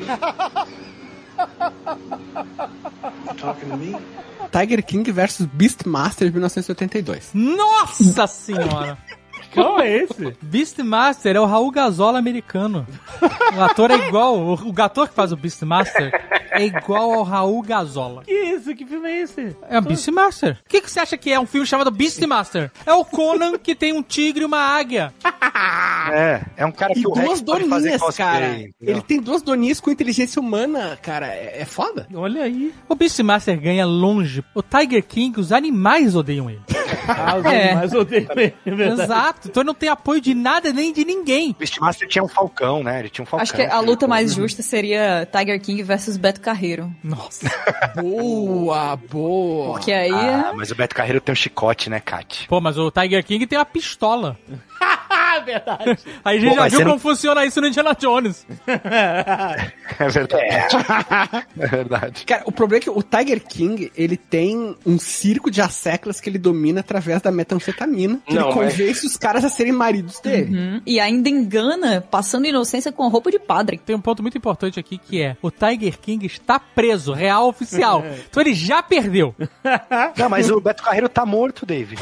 You talking to me? Tiger King versus Beastmaster de 1982. Nossa senhora! Qual é esse? Beastmaster é o Raul Gazola americano. O ator é igual, o ator que faz o Beastmaster é igual ao Raul Gazola. Que isso? Que filme é esse? É o Beastmaster. O que você acha que é um filme chamado Beastmaster? É o Conan que tem um tigre e uma águia. É um cara que e o duas doninhas, cara. Entendeu? Ele tem duas doninhas com inteligência humana, cara. É foda. Olha aí. O Beastmaster ganha longe. O Tiger King, os animais odeiam ele. Os animais odeiam ele, é verdade. Exato. Então ele não tem apoio de nada nem de ninguém. O Beastmaster tinha um falcão, né? Ele tinha um falcão. Acho que a luta mais justa seria Tiger King versus Beto Carreiro. Nossa. Boa. Porque aí... mas o Beto Carreiro tem um chicote, né, Kat? Pô, mas o Tiger King tem uma pistola. Verdade. Aí a gente já viu como funciona isso no Indiana Jones. É verdade. É verdade. Cara, o problema é que o Tiger King, ele tem um circo de asseclas que ele domina através da metanfetamina. Que ele convence os caras a serem maridos dele. Uhum. E ainda engana, passando inocência com roupa de padre. Tem um ponto muito importante aqui que é, o Tiger King está preso, real oficial. Então ele já perdeu. Não, mas o Beto Carreiro tá morto, David.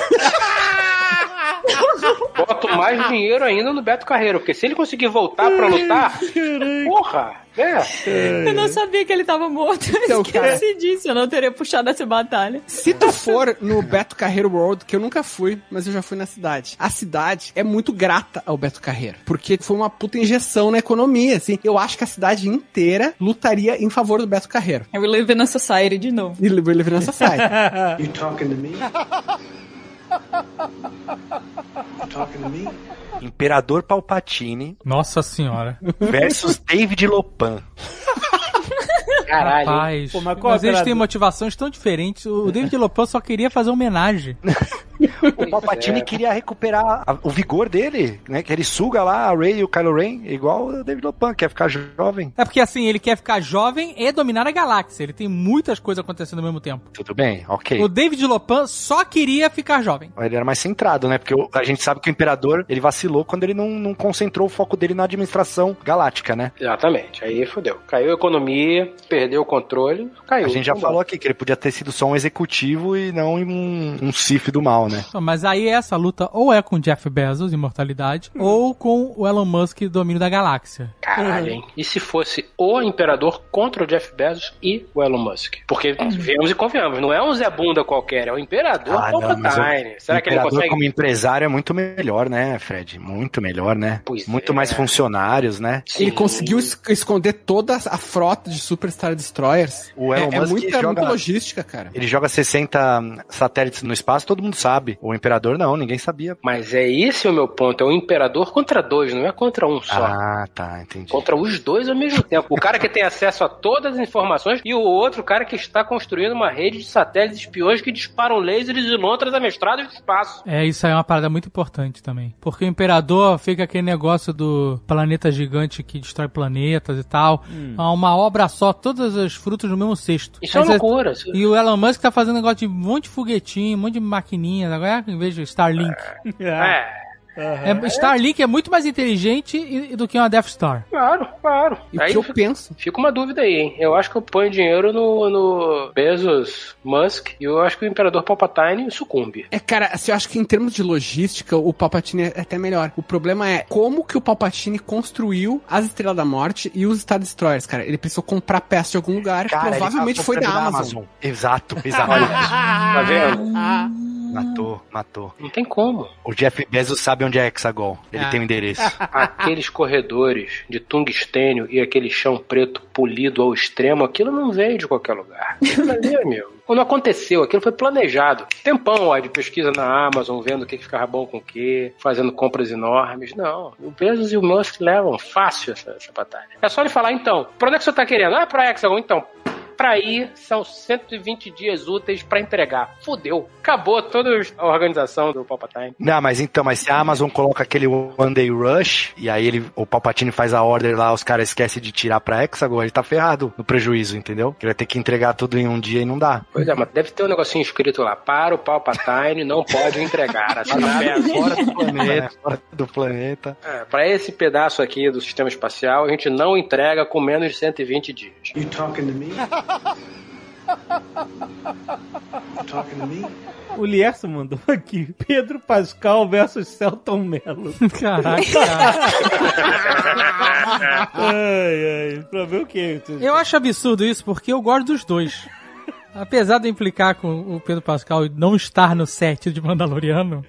Boto mais dinheiro ainda no Beto Carreiro, porque se ele conseguir voltar pra lutar, porra, Eu não sabia que ele tava morto. Eu esqueci disso, eu não teria puxado essa batalha. Se tu for no Beto Carreiro World, que eu nunca fui, mas eu já fui na cidade, a cidade é muito grata ao Beto Carreiro, porque foi uma puta injeção na economia, assim. Eu acho que a cidade inteira lutaria em favor do Beto Carreiro. Eu live in a society de novo. E live in a society. You talking to me? You talking to me? Imperador Palpatine. Nossa senhora. Versus David Lopan. Caralho. Rapaz, mas eles têm motivações tão diferentes. O David Lopan só queria fazer homenagem. O Palpatine queria recuperar o vigor dele, né? Que ele suga lá a Rey e o Kylo Ren, igual o David Lopan, quer ficar jovem. É porque assim, ele quer ficar jovem e dominar a galáxia. Ele tem muitas coisas acontecendo ao mesmo tempo. Tudo bem, ok. O David Lopan só queria ficar jovem. Ele era mais centrado, né? Porque a gente sabe que o Imperador, ele vacilou quando ele não concentrou o foco dele na administração galáctica, né? Exatamente, aí fodeu. Caiu a economia, perdeu o controle, caiu. A gente já falou aqui que ele podia ter sido só um executivo e não um Sith do mal, né? Mas aí essa luta ou é com Jeff Bezos, imortalidade, ou com o Elon Musk, domínio da galáxia. Caralho, hein? E se fosse o Imperador contra o Jeff Bezos e o Elon Musk? Porque vemos e convenhamos, não é um Zé Bunda qualquer, é o Imperador Palpatine. Será que ele consegue? Como empresário é muito melhor, né, Fred? Muito melhor, né? Muito mais funcionários, né? Sim. Ele conseguiu esconder toda a frota de Super Star Destroyers. O Elon Musk muita logística, cara. Ele joga 60 satélites no espaço, todo mundo sabe. O Imperador não, ninguém sabia. Mas é esse o meu ponto, é o Imperador contra dois, não é contra um só. Ah, tá, entendi. Contra os dois ao mesmo tempo. O cara que tem acesso a todas as informações e o outro cara que está construindo uma rede de satélites espiões que disparam lasers e lontras amestradas do espaço. Isso aí é uma parada muito importante também. Porque o Imperador fica aquele negócio do planeta gigante que destrói planetas e tal. Uma obra só, todas as frutas no mesmo cesto. Isso é uma loucura. E o Elon Musk tá fazendo negócio de um monte de foguetinho, um monte de maquininhas. Agora, em vez de Starlink. Starlink é muito mais inteligente do que uma Death Star. Claro. E o que eu penso? Fica uma dúvida aí, hein? Eu acho que eu ponho dinheiro no Bezos, Musk, e eu acho que o Imperador Palpatine sucumbe. Cara, assim, eu acho que em termos de logística, o Palpatine é até melhor. O problema é como que o Palpatine construiu as Estrelas da Morte e os Star Destroyers, cara. Ele precisou comprar peça de algum lugar, cara, provavelmente foi da Amazon. Exato. Tá vendo? Matou. Não tem como. O Jeff Bezos sabe onde é Hexagon. Ele tem o endereço. Aqueles corredores de tungstênio e aquele chão preto polido ao extremo, aquilo não veio de qualquer lugar. Aquilo ali, amigo. Quando aconteceu, aquilo foi planejado. Tempão, de pesquisa na Amazon, vendo o que ficava bom com o que, fazendo compras enormes. Não. O Bezos e o Musk levam fácil essa batalha. É só ele falar, então, pra onde é que você tá querendo? Pra Hexagon, então. Pra ir, são 120 dias úteis pra entregar. Fudeu. Acabou toda a organização do Palpatine. Não, mas se a Amazon coloca aquele One Day Rush, e aí o Palpatine faz a order lá, os caras esquecem de tirar pra Hexagon, ele tá ferrado no prejuízo, entendeu? Ele vai ter que entregar tudo em um dia e não dá. Pois é, mas deve ter um negocinho escrito lá, para o Palpatine não pode entregar. Fora do planeta. Pra esse pedaço aqui do sistema espacial, a gente não entrega com menos de 120 dias. You talking to me? Talking to me? O Lierson mandou aqui: Pedro Pascal versus Celton Mello. Caraca. Pra ver o quê? Eu acho absurdo isso, porque eu gosto dos dois. Apesar de implicar com o Pedro Pascal não estar no set de Mandaloriano,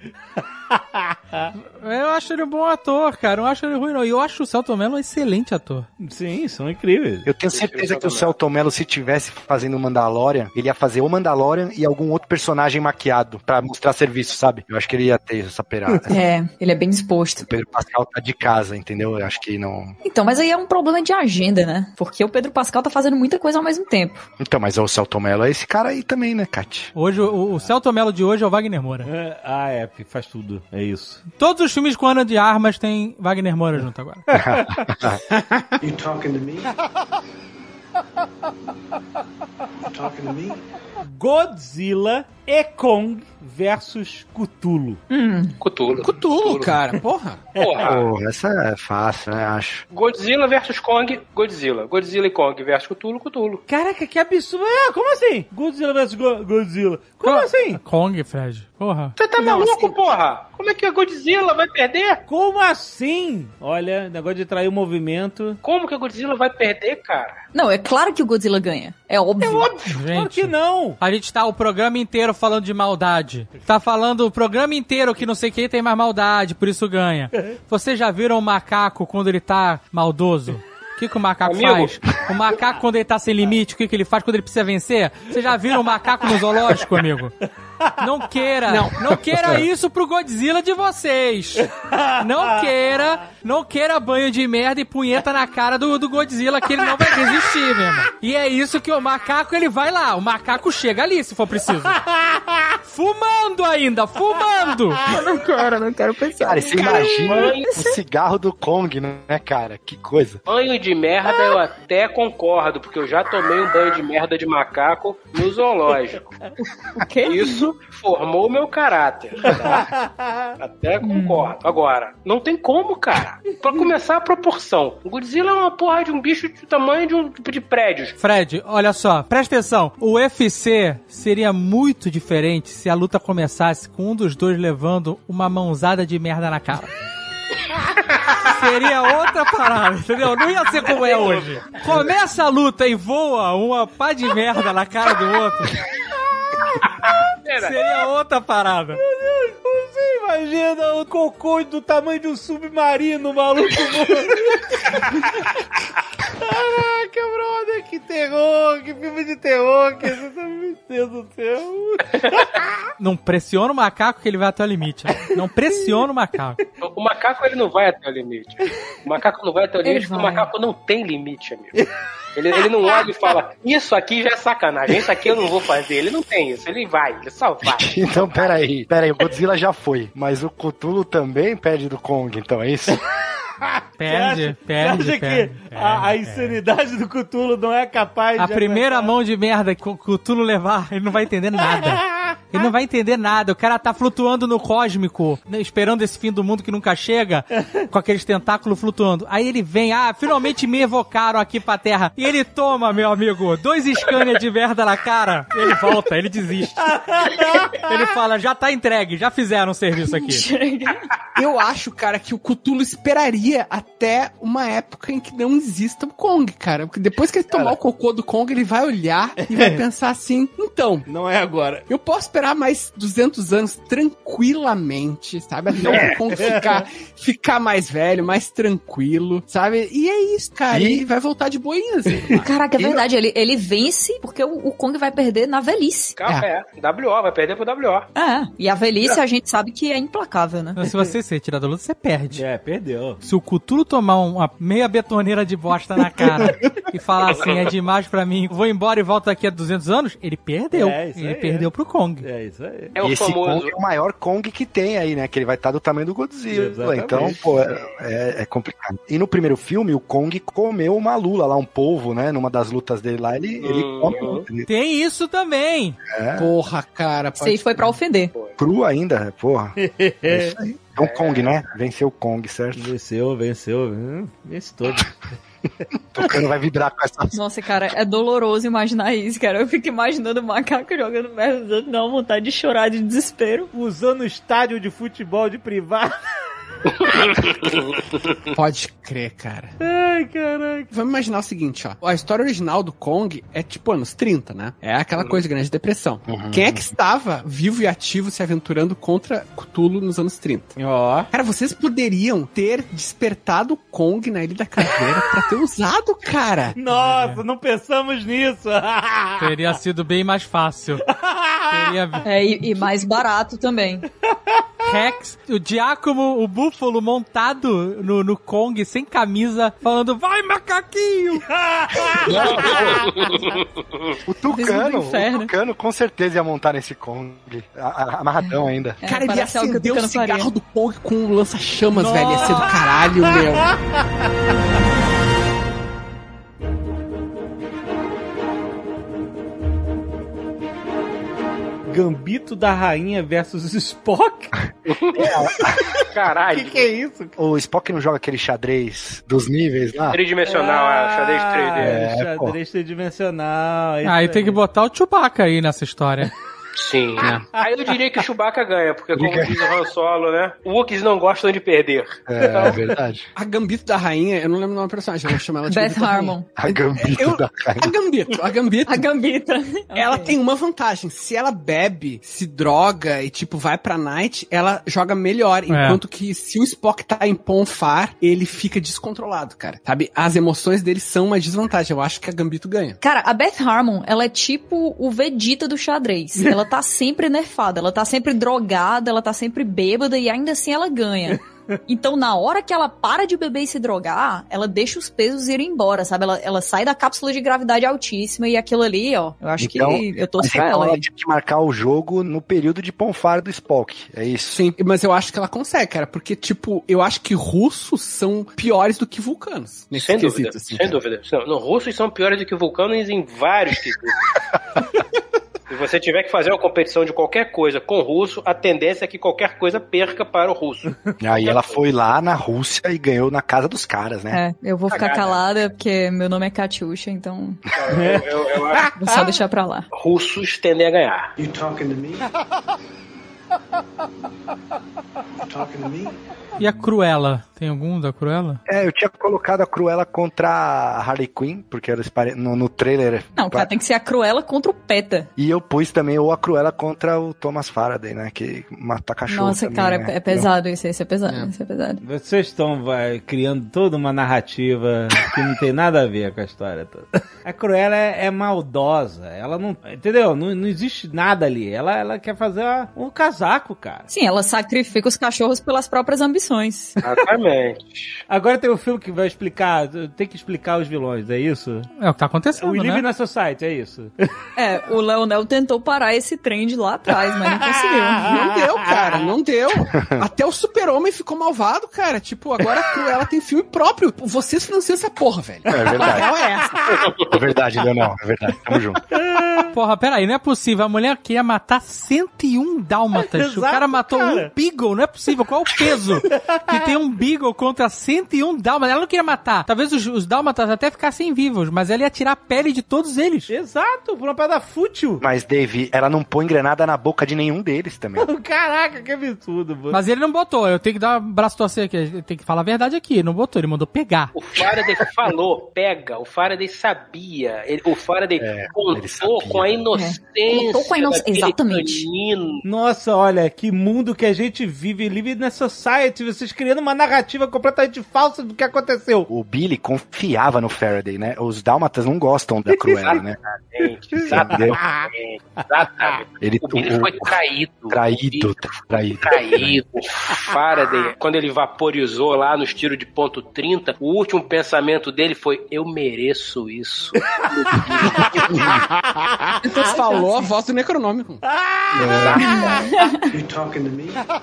eu acho ele um bom ator, cara. Eu não acho ele ruim, não. E eu acho o Celton Mello um excelente ator. Sim, são incríveis. Eu tenho certeza que o Celton Mello, se tivesse fazendo o Mandalorian, ele ia fazer o Mandalorian e algum outro personagem maquiado pra mostrar serviço, sabe? Eu acho que ele ia ter essa perada. Ele é bem disposto. O Pedro Pascal tá de casa, entendeu? Eu acho que não... Então, mas aí é um problema de agenda, né? Porque o Pedro Pascal tá fazendo muita coisa ao mesmo tempo. Então, mas o Celton Mello é esse cara aí também, né, Kat? Hoje, o Celton Mello de hoje é o Wagner Moura. Faz tudo. É isso. Todos os filmes com Ana de Armas tem Wagner Moura junto agora. You talking to me? You talking to me? Godzilla e Kong versus Cthulhu. Cthulhu, cara. Porra, essa é fácil, né? Acho. Godzilla versus Kong, Godzilla. Godzilla e Kong versus Cthulhu. Caraca, que absurdo. Como assim? Godzilla versus Godzilla. Como assim? Kong, Fred. Porra. Você tá maluco, assim? Porra? Como é que a Godzilla vai perder? Como assim? Olha, negócio de trair o movimento. Como que a Godzilla vai perder, cara? Não, é claro que o Godzilla ganha. É óbvio. Gente, claro que não. A gente tá o programa inteiro falando de maldade. Tá falando o programa inteiro que não sei quem tem mais maldade, por isso ganha. Vocês já viram o macaco quando ele tá maldoso? O que o macaco faz? O macaco, quando ele tá sem limite, o que ele faz quando ele precisa vencer? Vocês já viram o macaco no zoológico, amigo? Não queira isso pro Godzilla de vocês. Não queira banho de merda e punheta na cara do Godzilla, que ele não vai resistir, meu irmão. E é isso que o macaco, ele vai lá. O macaco chega ali, se for preciso. Fumando ainda. Eu não quero pensar. Cara, você imagina o cigarro do Kong, né, cara? Que coisa. Banho de merda eu até concordo, porque eu já tomei um banho de merda de macaco no zoológico. O quê? Isso formou o meu caráter. Tá? Até concordo. Agora, não tem como, cara. Pra começar a proporção. O Godzilla é uma porra de um bicho do tamanho de prédios. Fred, olha só, presta atenção. O UFC seria muito diferente se a luta começasse com um dos dois levando uma mãozada de merda na cara. seria outra parada, entendeu? Não ia ser como é hoje. Começa a luta e voa uma pá de merda na cara do outro. Seria outra parada. Meu Deus, você imagina o cocô do tamanho de um submarino, maluco. Caraca, brother, que terror, que filme de terror, que meu Deus do céu. Não pressiona o macaco que ele vai até o limite. Né? Não pressiona o macaco. O macaco, ele não vai até o limite. O macaco não vai até o limite porque o macaco não tem limite, amigo. Ele não olha e fala, isso aqui já é sacanagem, isso aqui eu não vou fazer. Ele não tem isso, ele vai, ele só vai. Então, peraí, o Godzilla já foi, mas o Cthulhu também pede do Kong, então é isso? Perde. Você acha que a insanidade do Cthulhu não é capaz de... A primeira mão de merda que o Cthulhu levar, ele não vai entender nada. Ele não vai entender nada. O cara tá flutuando no cósmico, esperando esse fim do mundo que nunca chega, com aqueles tentáculos flutuando. Aí ele vem, finalmente me evocaram aqui pra terra. E ele toma, meu amigo, 2 Scania de merda na cara. Ele volta, ele desiste. Ele fala, já tá entregue, já fizeram o serviço aqui. Eu acho, cara, que o Cthulhu esperaria até uma época em que não exista o Kong, cara. Porque depois que ele tomar o cocô do Kong, ele vai olhar e vai pensar assim, então... Não é agora. Eu posso esperar mais 200 anos tranquilamente, sabe? Até o Kong ficar mais velho, mais tranquilo, sabe? E é isso, cara. E ele vai voltar de boinhas. Caraca, é verdade. Ele vence porque o Kong vai perder na velhice. WO, vai perder pro WO. E a velhice a gente sabe que é implacável, né? Se você ser tirado da luta, você perde. Perdeu. Se o Cthulhu tomar uma meia betoneira de bosta na cara e falar assim, é demais pra mim, vou embora e volto daqui a 200 anos, ele perdeu. Ele perdeu pro Kong. É isso aí. E esse Kong é o maior Kong que tem aí, né? Que ele vai estar do tamanho do Godzilla. Exatamente. Então, pô, é complicado. E no primeiro filme, o Kong comeu uma lula lá, um polvo, né? Numa das lutas dele lá, ele come. Tem isso também. Porra, cara. Isso aí foi pra ofender. Cru ainda, porra. É isso aí. É um Kong, né? Venceu o Kong, certo? Venceu. Vence todo. Tucano vai vibrar com essa... Nossa, cara, é doloroso imaginar isso, cara. Eu fico imaginando o macaco jogando merda dos outros, dá uma vontade de chorar de desespero. Usando o estádio de futebol de privado. Pode crer, cara. Ai, caraca. Vamos imaginar o seguinte, ó. A história original do Kong é tipo anos 30, né? É aquela coisa de Grande Depressão. Quem é que estava vivo e ativo se aventurando contra Cthulhu nos anos 30? Cara, vocês poderiam ter despertado o Kong na Ilha da Caveira pra ter usado, cara. Nossa, não pensamos nisso. Teria sido bem mais fácil. E mais barato também. Rex, o Giacomo, o búfalo montado no Kong, sem camisa, falando, vai macaquinho! O Tucano com certeza ia montar nesse Kong, amarradão ainda. Cara, ele ia acender o cigarro do Kong com um lança-chamas, velho, ia ser do caralho, meu. Gambito da Rainha versus Spock? Caralho. Que é isso? O Spock não joga aquele xadrez dos níveis lá? Tridimensional, xadrez 3D. Xadrez tridimensional. Aí tem que botar o Chewbacca aí nessa história. Sim. Aí eu diria que o Chewbacca ganha, porque como diz o Han Solo, né? Wookiees não gostam de perder. É verdade. A Gambito da Rainha, eu não lembro o nome do personagem, eu vou chamar ela de Beth Harmon. A Gambito da Rainha. A Gambita. Ela Okay. tem uma vantagem. Se ela bebe, se droga e, tipo, vai pra night, ela joga melhor. Enquanto que se o Spock tá em Ponfar, ele fica descontrolado, cara. Sabe? As emoções dele são uma desvantagem. Eu acho que a Gambito ganha. Cara, a Beth Harmon, ela é tipo o Vegeta do xadrez. Ela tá sempre nerfada, ela tá sempre drogada, ela tá sempre bêbada e ainda assim ela ganha. Então, na hora que ela para de beber e se drogar, ela deixa os pesos irem embora, sabe? Ela sai da cápsula de gravidade altíssima e aquilo ali, ó, eu acho que eu torço pra ela. Ela tinha que marcar o jogo no período de Ponfar do Spock, é isso? Sim, mas eu acho que ela consegue, cara, porque, tipo, eu acho que russos são piores do que vulcanos. Sem dúvida, assim, sem dúvida. Não, russos são piores do que vulcanos em vários quesitos. Se você tiver que fazer uma competição de qualquer coisa com o russo, a tendência é que qualquer coisa perca para o russo. Aí ela foi lá na Rússia e ganhou na casa dos caras, né? Eu vou ficar calada porque meu nome é Katyusha, então eu acho... vou só deixar pra lá. Russos tendem a ganhar. You talking to me? You talking to me? E a Cruella? Tem algum da Cruella? Eu tinha colocado a Cruella contra a Harley Quinn, porque eles no trailer... Não, cara, tem que ser a Cruella contra o PETA. E eu pus também ou a Cruella contra o Thomas Faraday, né? Que mata cachorro. Nossa, também, cara, né? É pesado isso é pesado. Isso é pesado. Vocês estão criando toda uma narrativa que não tem nada a ver com a história toda. A Cruella é maldosa. Ela não... Entendeu? Não existe nada ali. Ela quer fazer um casaco, cara. Sim, ela sacrifica os cachorros pelas próprias ambições. Exatamente. Agora tem um filme que vai explicar, tem que explicar os vilões, é isso? É o que tá acontecendo, O Live né? na Society, é isso? O Leonel tentou parar esse trend lá atrás, mas não conseguiu. Não deu, cara, não deu. Até o Super-Homem ficou malvado, cara. Tipo, agora a Cruella tem filme próprio. Vocês financiam essa porra, velho. É verdade. Não é essa. É verdade, Leonel, é verdade. Tamo junto. Porra, peraí, não é possível. A mulher queria matar 101 dálmatas. Exato, o cara matou cara. um Beagle, não é possível. Qual o peso que tem um Beagle contra 101 dálmatas? Ela não queria matar. Talvez os dálmatas até ficassem vivos, mas ela ia tirar a pele de todos eles. Exato, por uma pedra fútil. Mas, Dave, ela não põe granada na boca de nenhum deles também. Caraca, que absurdo, mano. Mas ele não botou. Eu tenho que dar um braço torcer aqui. Eu tenho que falar a verdade aqui. Ele não botou, ele mandou pegar. O Faraday falou, pega. O Faraday sabia. O Faraday contou com a inocência. Contou com a inocência, exatamente. Menino. Nossa, olha, que mundo que a gente vive. Live na Society, vocês criando uma narrativa completamente falsa do que aconteceu. O Billy confiava no Faraday, né? Os dálmatas não gostam da Cruella, né? Exatamente. Ele, o Billy foi traído. Traído. O Faraday, quando ele vaporizou lá nos tiros de ponto 30, o último pensamento dele foi: eu mereço isso. Então falou a voz do Necronômico. You talking to me?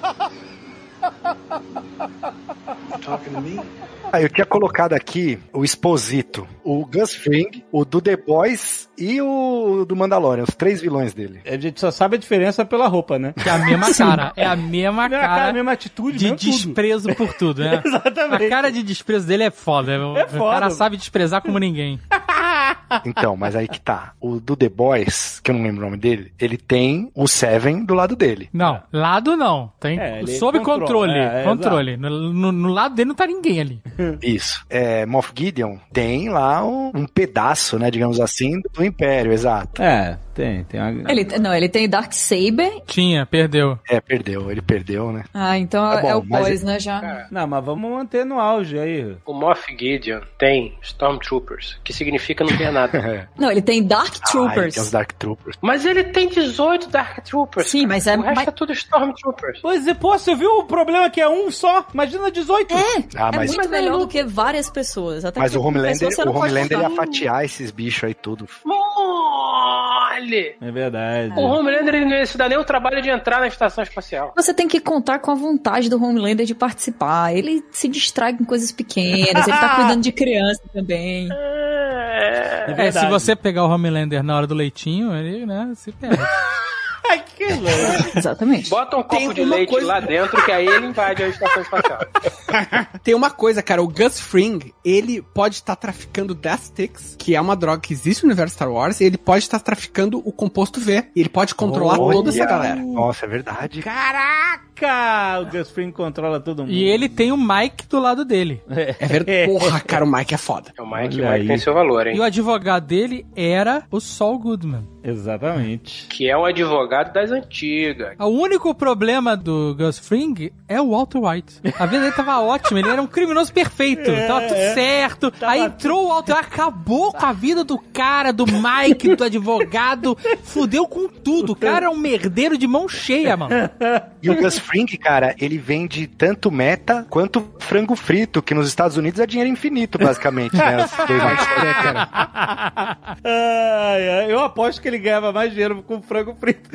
You talking to me? Eu tinha colocado aqui o Exposito, o Gus Fring, o do The Boys e o do Mandalorian, os 3 vilões dele. A gente só sabe a diferença pela roupa, né? Que é a mesma cara. É a mesma cara. A mesma atitude, de desprezo tudo. por tudo, né? Exatamente. A cara de desprezo dele é foda. O cara sabe desprezar como ninguém. Então, mas aí que tá. O do The Boys, que eu não lembro o nome dele, ele tem o Seven do lado dele. Não, lado não. Tem sob controle. Controle. No lado dele não tá ninguém ali. Isso. Moff Gideon tem lá um pedaço, né, digamos assim, do Império, exato. Tem uma... Ele tem Darksaber. Tinha, perdeu. Ele perdeu, né? Ah, então é o boys, né, já. Cara, não, mas vamos manter no auge aí. O Moff Gideon tem Stormtroopers, que significa não ter nada. Não, ele tem Dark Troopers. Ele tem os Dark Troopers. Mas ele tem 18 Dark Troopers. Sim, mas o resto é tudo Stormtroopers. Pois é, pô, você viu o problema que é um só? Imagina 18. É muito melhor do que várias pessoas. Até mas o Homelander ia falar. fatiar esses bichos aí tudo. Mole! É verdade. O Homelander ele não ia se dar nem o trabalho de entrar na estação espacial. Você tem que contar com a vontade do Homelander de participar. Ele se distrai com coisas pequenas, ele tá cuidando de criança também. Se você pegar o Homelander na hora do leitinho, ele, né, se perde. Ai, que louco. Exatamente. Bota um copo de leite lá dentro que aí ele invade a estação espacial. Tem uma coisa, cara, o Gus Fring, ele pode estar traficando Death Sticks, que é uma droga que existe no universo Star Wars, e ele pode estar traficando o composto V. E ele pode controlar toda essa galera. Nossa, é verdade. Caraca! O Gus Fring controla todo mundo. E ele tem o Mike do lado dele. É verdade. Porra, cara, o Mike é foda. O Mike tem seu valor, hein? E o advogado dele era o Saul Goodman. Exatamente. Que é um advogado das antigas. O único problema do Gus Fring é o Walter White. A vida dele tava ótima, ele era um criminoso perfeito. Tava tudo certo. Aí entrou o Walter White, acabou com a vida do cara, do Mike, do advogado. Fudeu com tudo. O cara é um merdeiro de mão cheia, mano. E o Gus Fring, cara, ele vende tanto meta quanto frango frito, que nos Estados Unidos é dinheiro infinito, basicamente, né? Eu aposto que ele ganhava mais dinheiro com frango frito.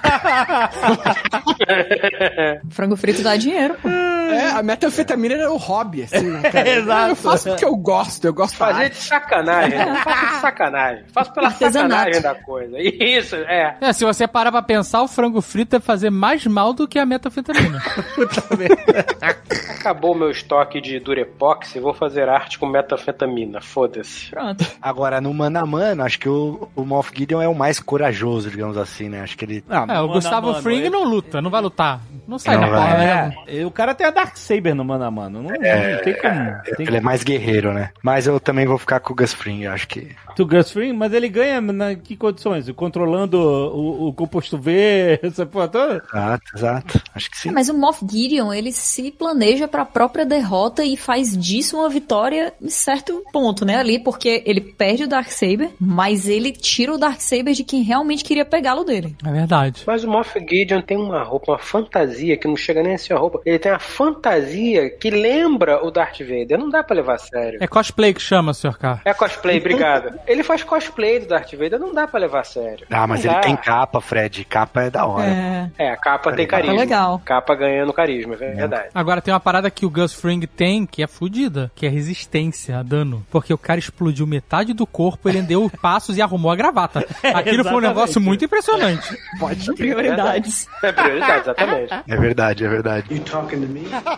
Frango frito dá dinheiro, pô. A metanfetamina era o hobby, assim, né, cara? Exato. Eu faço porque eu gosto fazer de sacanagem. Não faço de sacanagem. Faço pela sacanagem da coisa. Isso, se você parar pra pensar, o frango frito é fazer mais mal do que a metanfetamina. Puta merda. Acabou o meu estoque de Durepox e vou fazer arte com metanfetamina. Foda-se. Pronto. Agora, no Mano a Mano, acho que o Moff Gideon é o mais corajoso, digamos assim, né? Acho que ele... o Gustavo Fring não luta, não vai lutar. Não sai da porra, né? O cara tem a Darksaber no Mano a Mano. Não tem como. Ele é mais guerreiro, né? Mas eu também vou ficar com o Gus Fring, acho que... O Gus Fring? Mas ele ganha em que condições? Controlando o composto V, essa porra toda? Exato. Acho que sim. Mas o Moff Gideon, ele se planeja pra própria derrota e faz disso uma vitória em certo ponto, né? Ali, porque ele perde o Darksaber, mas ele tira o Darksaber de quem realmente queria pegá-lo dele. É verdade. Mas o Moff Gideon tem uma roupa, uma fantasia, que não chega nem a ser a roupa. Ele tem uma fantasia que lembra o Darth Vader. Não dá pra levar a sério. É cosplay que chama, Sr. K. É cosplay, obrigado. Ele faz cosplay do Darth Vader, não dá pra levar a sério. Mas ele tem capa, Fred. Capa é da hora. A capa tem carisma. Legal. Capa ganhando carisma, é verdade. Agora tem uma parada que o Gus Fring tem, que é fodida, que é resistência a dano. Porque o cara explodiu metade do corpo, ele deu passos e arrumou a gravata. Aquilo foi um negócio muito impressionante. Pode prioridades. Prioridades, exatamente. É verdade. You talking to me?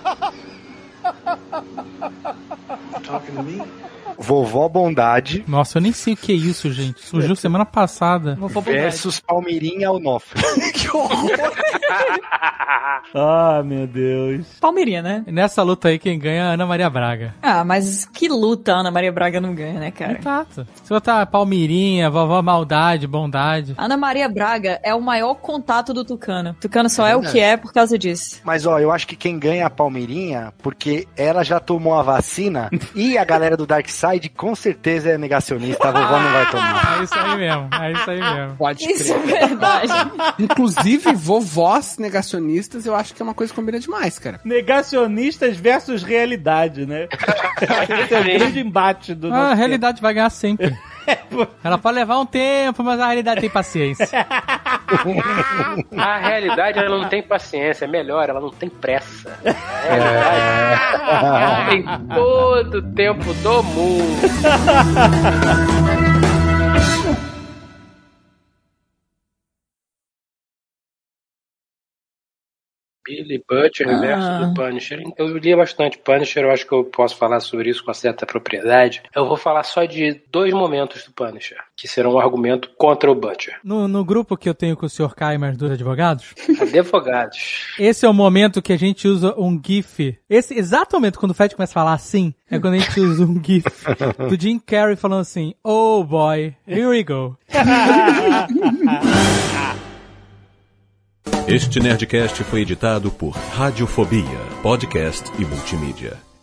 You talking to me? Vovó Bondade. Nossa, eu nem sei o que é isso, gente. Surgiu semana passada. Versus Palmeirinha Onofre. Que horror! Meu Deus. Palmeirinha, né? Nessa luta aí, quem ganha é a Ana Maria Braga. Mas que luta a Ana Maria Braga não ganha, né, cara? Exato. Se botar Palmeirinha, Vovó Maldade, Bondade. Ana Maria Braga é o maior contato do Tucano. Tucano só é o que é por causa disso. Mas, eu acho que quem ganha é a Palmeirinha, porque ela já tomou a vacina e a galera do Darkseid com certeza é negacionista. A vovó não vai tomar. É isso aí mesmo. Pode Isso crer. é verdade. Inclusive, vovós negacionistas, eu acho que é uma coisa que combina demais, cara. Negacionistas versus realidade, né? Esse é o grande embate do A realidade vai ganhar sempre. Ela pode levar um tempo, mas a realidade tem paciência. A realidade, ela não tem paciência. É melhor, ela não tem pressa. Ela tem todo o tempo do mundo. Billy Butcher versus do Punisher. Eu li bastante Punisher, eu acho que eu posso falar sobre isso com certa propriedade. Eu vou falar só de 2 momentos do Punisher, que serão um argumento contra o Butcher. No grupo que eu tenho com o Sr. K e mais 2 advogados... Advogados. Esse é o momento que a gente usa um GIF. Esse exato momento, quando o Fred começa a falar assim, é quando a gente usa um GIF do Jim Carrey falando assim, oh boy, here we go. Este Nerdcast foi editado por Radiofobia, podcast e multimídia.